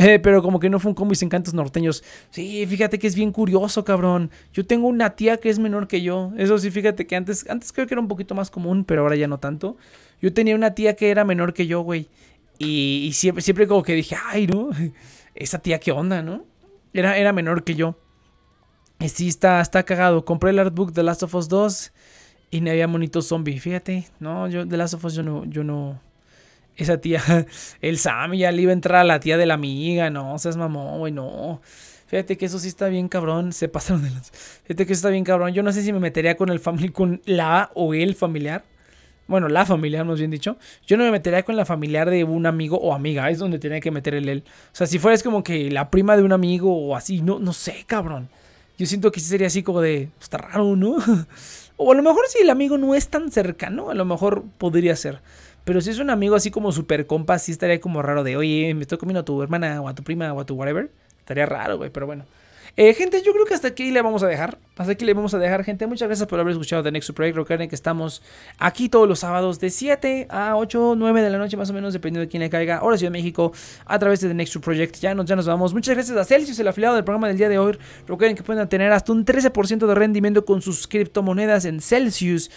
mis encantos norteños. Sí, fíjate que es bien curioso, cabrón. Yo tengo una tía que es menor que yo. Eso sí, fíjate que antes creo que era un poquito más común, pero ahora ya no tanto. Yo tenía una tía que era menor que yo, güey. Y siempre como que dije, ay, ¿no? Esa tía, ¿qué onda, no? Era menor que yo. Y sí, está cagado. Compré el artbook de Last of Us 2 y no había monito zombie. Fíjate, no, yo de Last of Us yo no. Esa tía, el Sammy ya le iba a entrar a la tía de la amiga, no, seas mamón, güey, no. Fíjate que eso sí está bien cabrón, se pasaron de las... Fíjate que eso está bien cabrón, yo no sé si me metería con con la o el familiar. Bueno, la familiar, más bien dicho. Yo no me metería con la familiar de un amigo o amiga, es donde tenía que meter el él. O sea, si fueras como que la prima de un amigo o así, no sé, cabrón. Yo siento que sí sería así como de, está raro, ¿no? O a lo mejor si el amigo no es tan cercano, a lo mejor podría ser. Pero si es un amigo así como super compa, sí estaría como raro de, oye, me estoy comiendo a tu hermana o a tu prima o a tu whatever. Estaría raro, güey, pero bueno. Gente, yo creo que hasta aquí le vamos a dejar. Hasta aquí le vamos a dejar, gente. Muchas gracias por haber escuchado The Next Project. Recuerden que estamos aquí todos los sábados de 7 a 8, 9 de la noche más o menos, dependiendo de quién le caiga. Hora Ciudad de México, a través de The Next Project. Ya nos vamos. Muchas gracias a Celsius, el afiliado del programa del día de hoy. Recuerden que pueden tener hasta un 13% de rendimiento con sus criptomonedas en Celsius.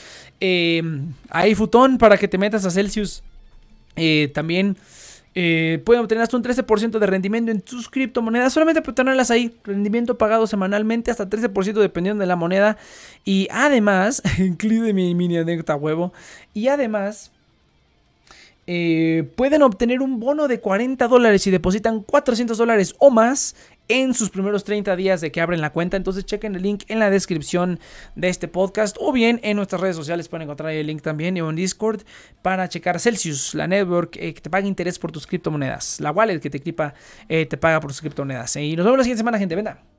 Ahí futón para que te metas a Celsius. También pueden obtener hasta un 13% de rendimiento en sus criptomonedas solamente por tenerlas ahí. Rendimiento pagado semanalmente hasta 13% dependiendo de la moneda. Y además, clic de mi mini anécdota huevo. Y además, pueden obtener un bono de $40 si depositan $400 o más en sus primeros 30 días de que abren la cuenta. Entonces chequen el link en la descripción de este podcast o bien en nuestras redes sociales pueden encontrar ahí el link también o en Discord para checar Celsius, la network que te paga interés por tus criptomonedas, la wallet que te paga por tus criptomonedas. Y nos vemos la siguiente semana, gente. Venga.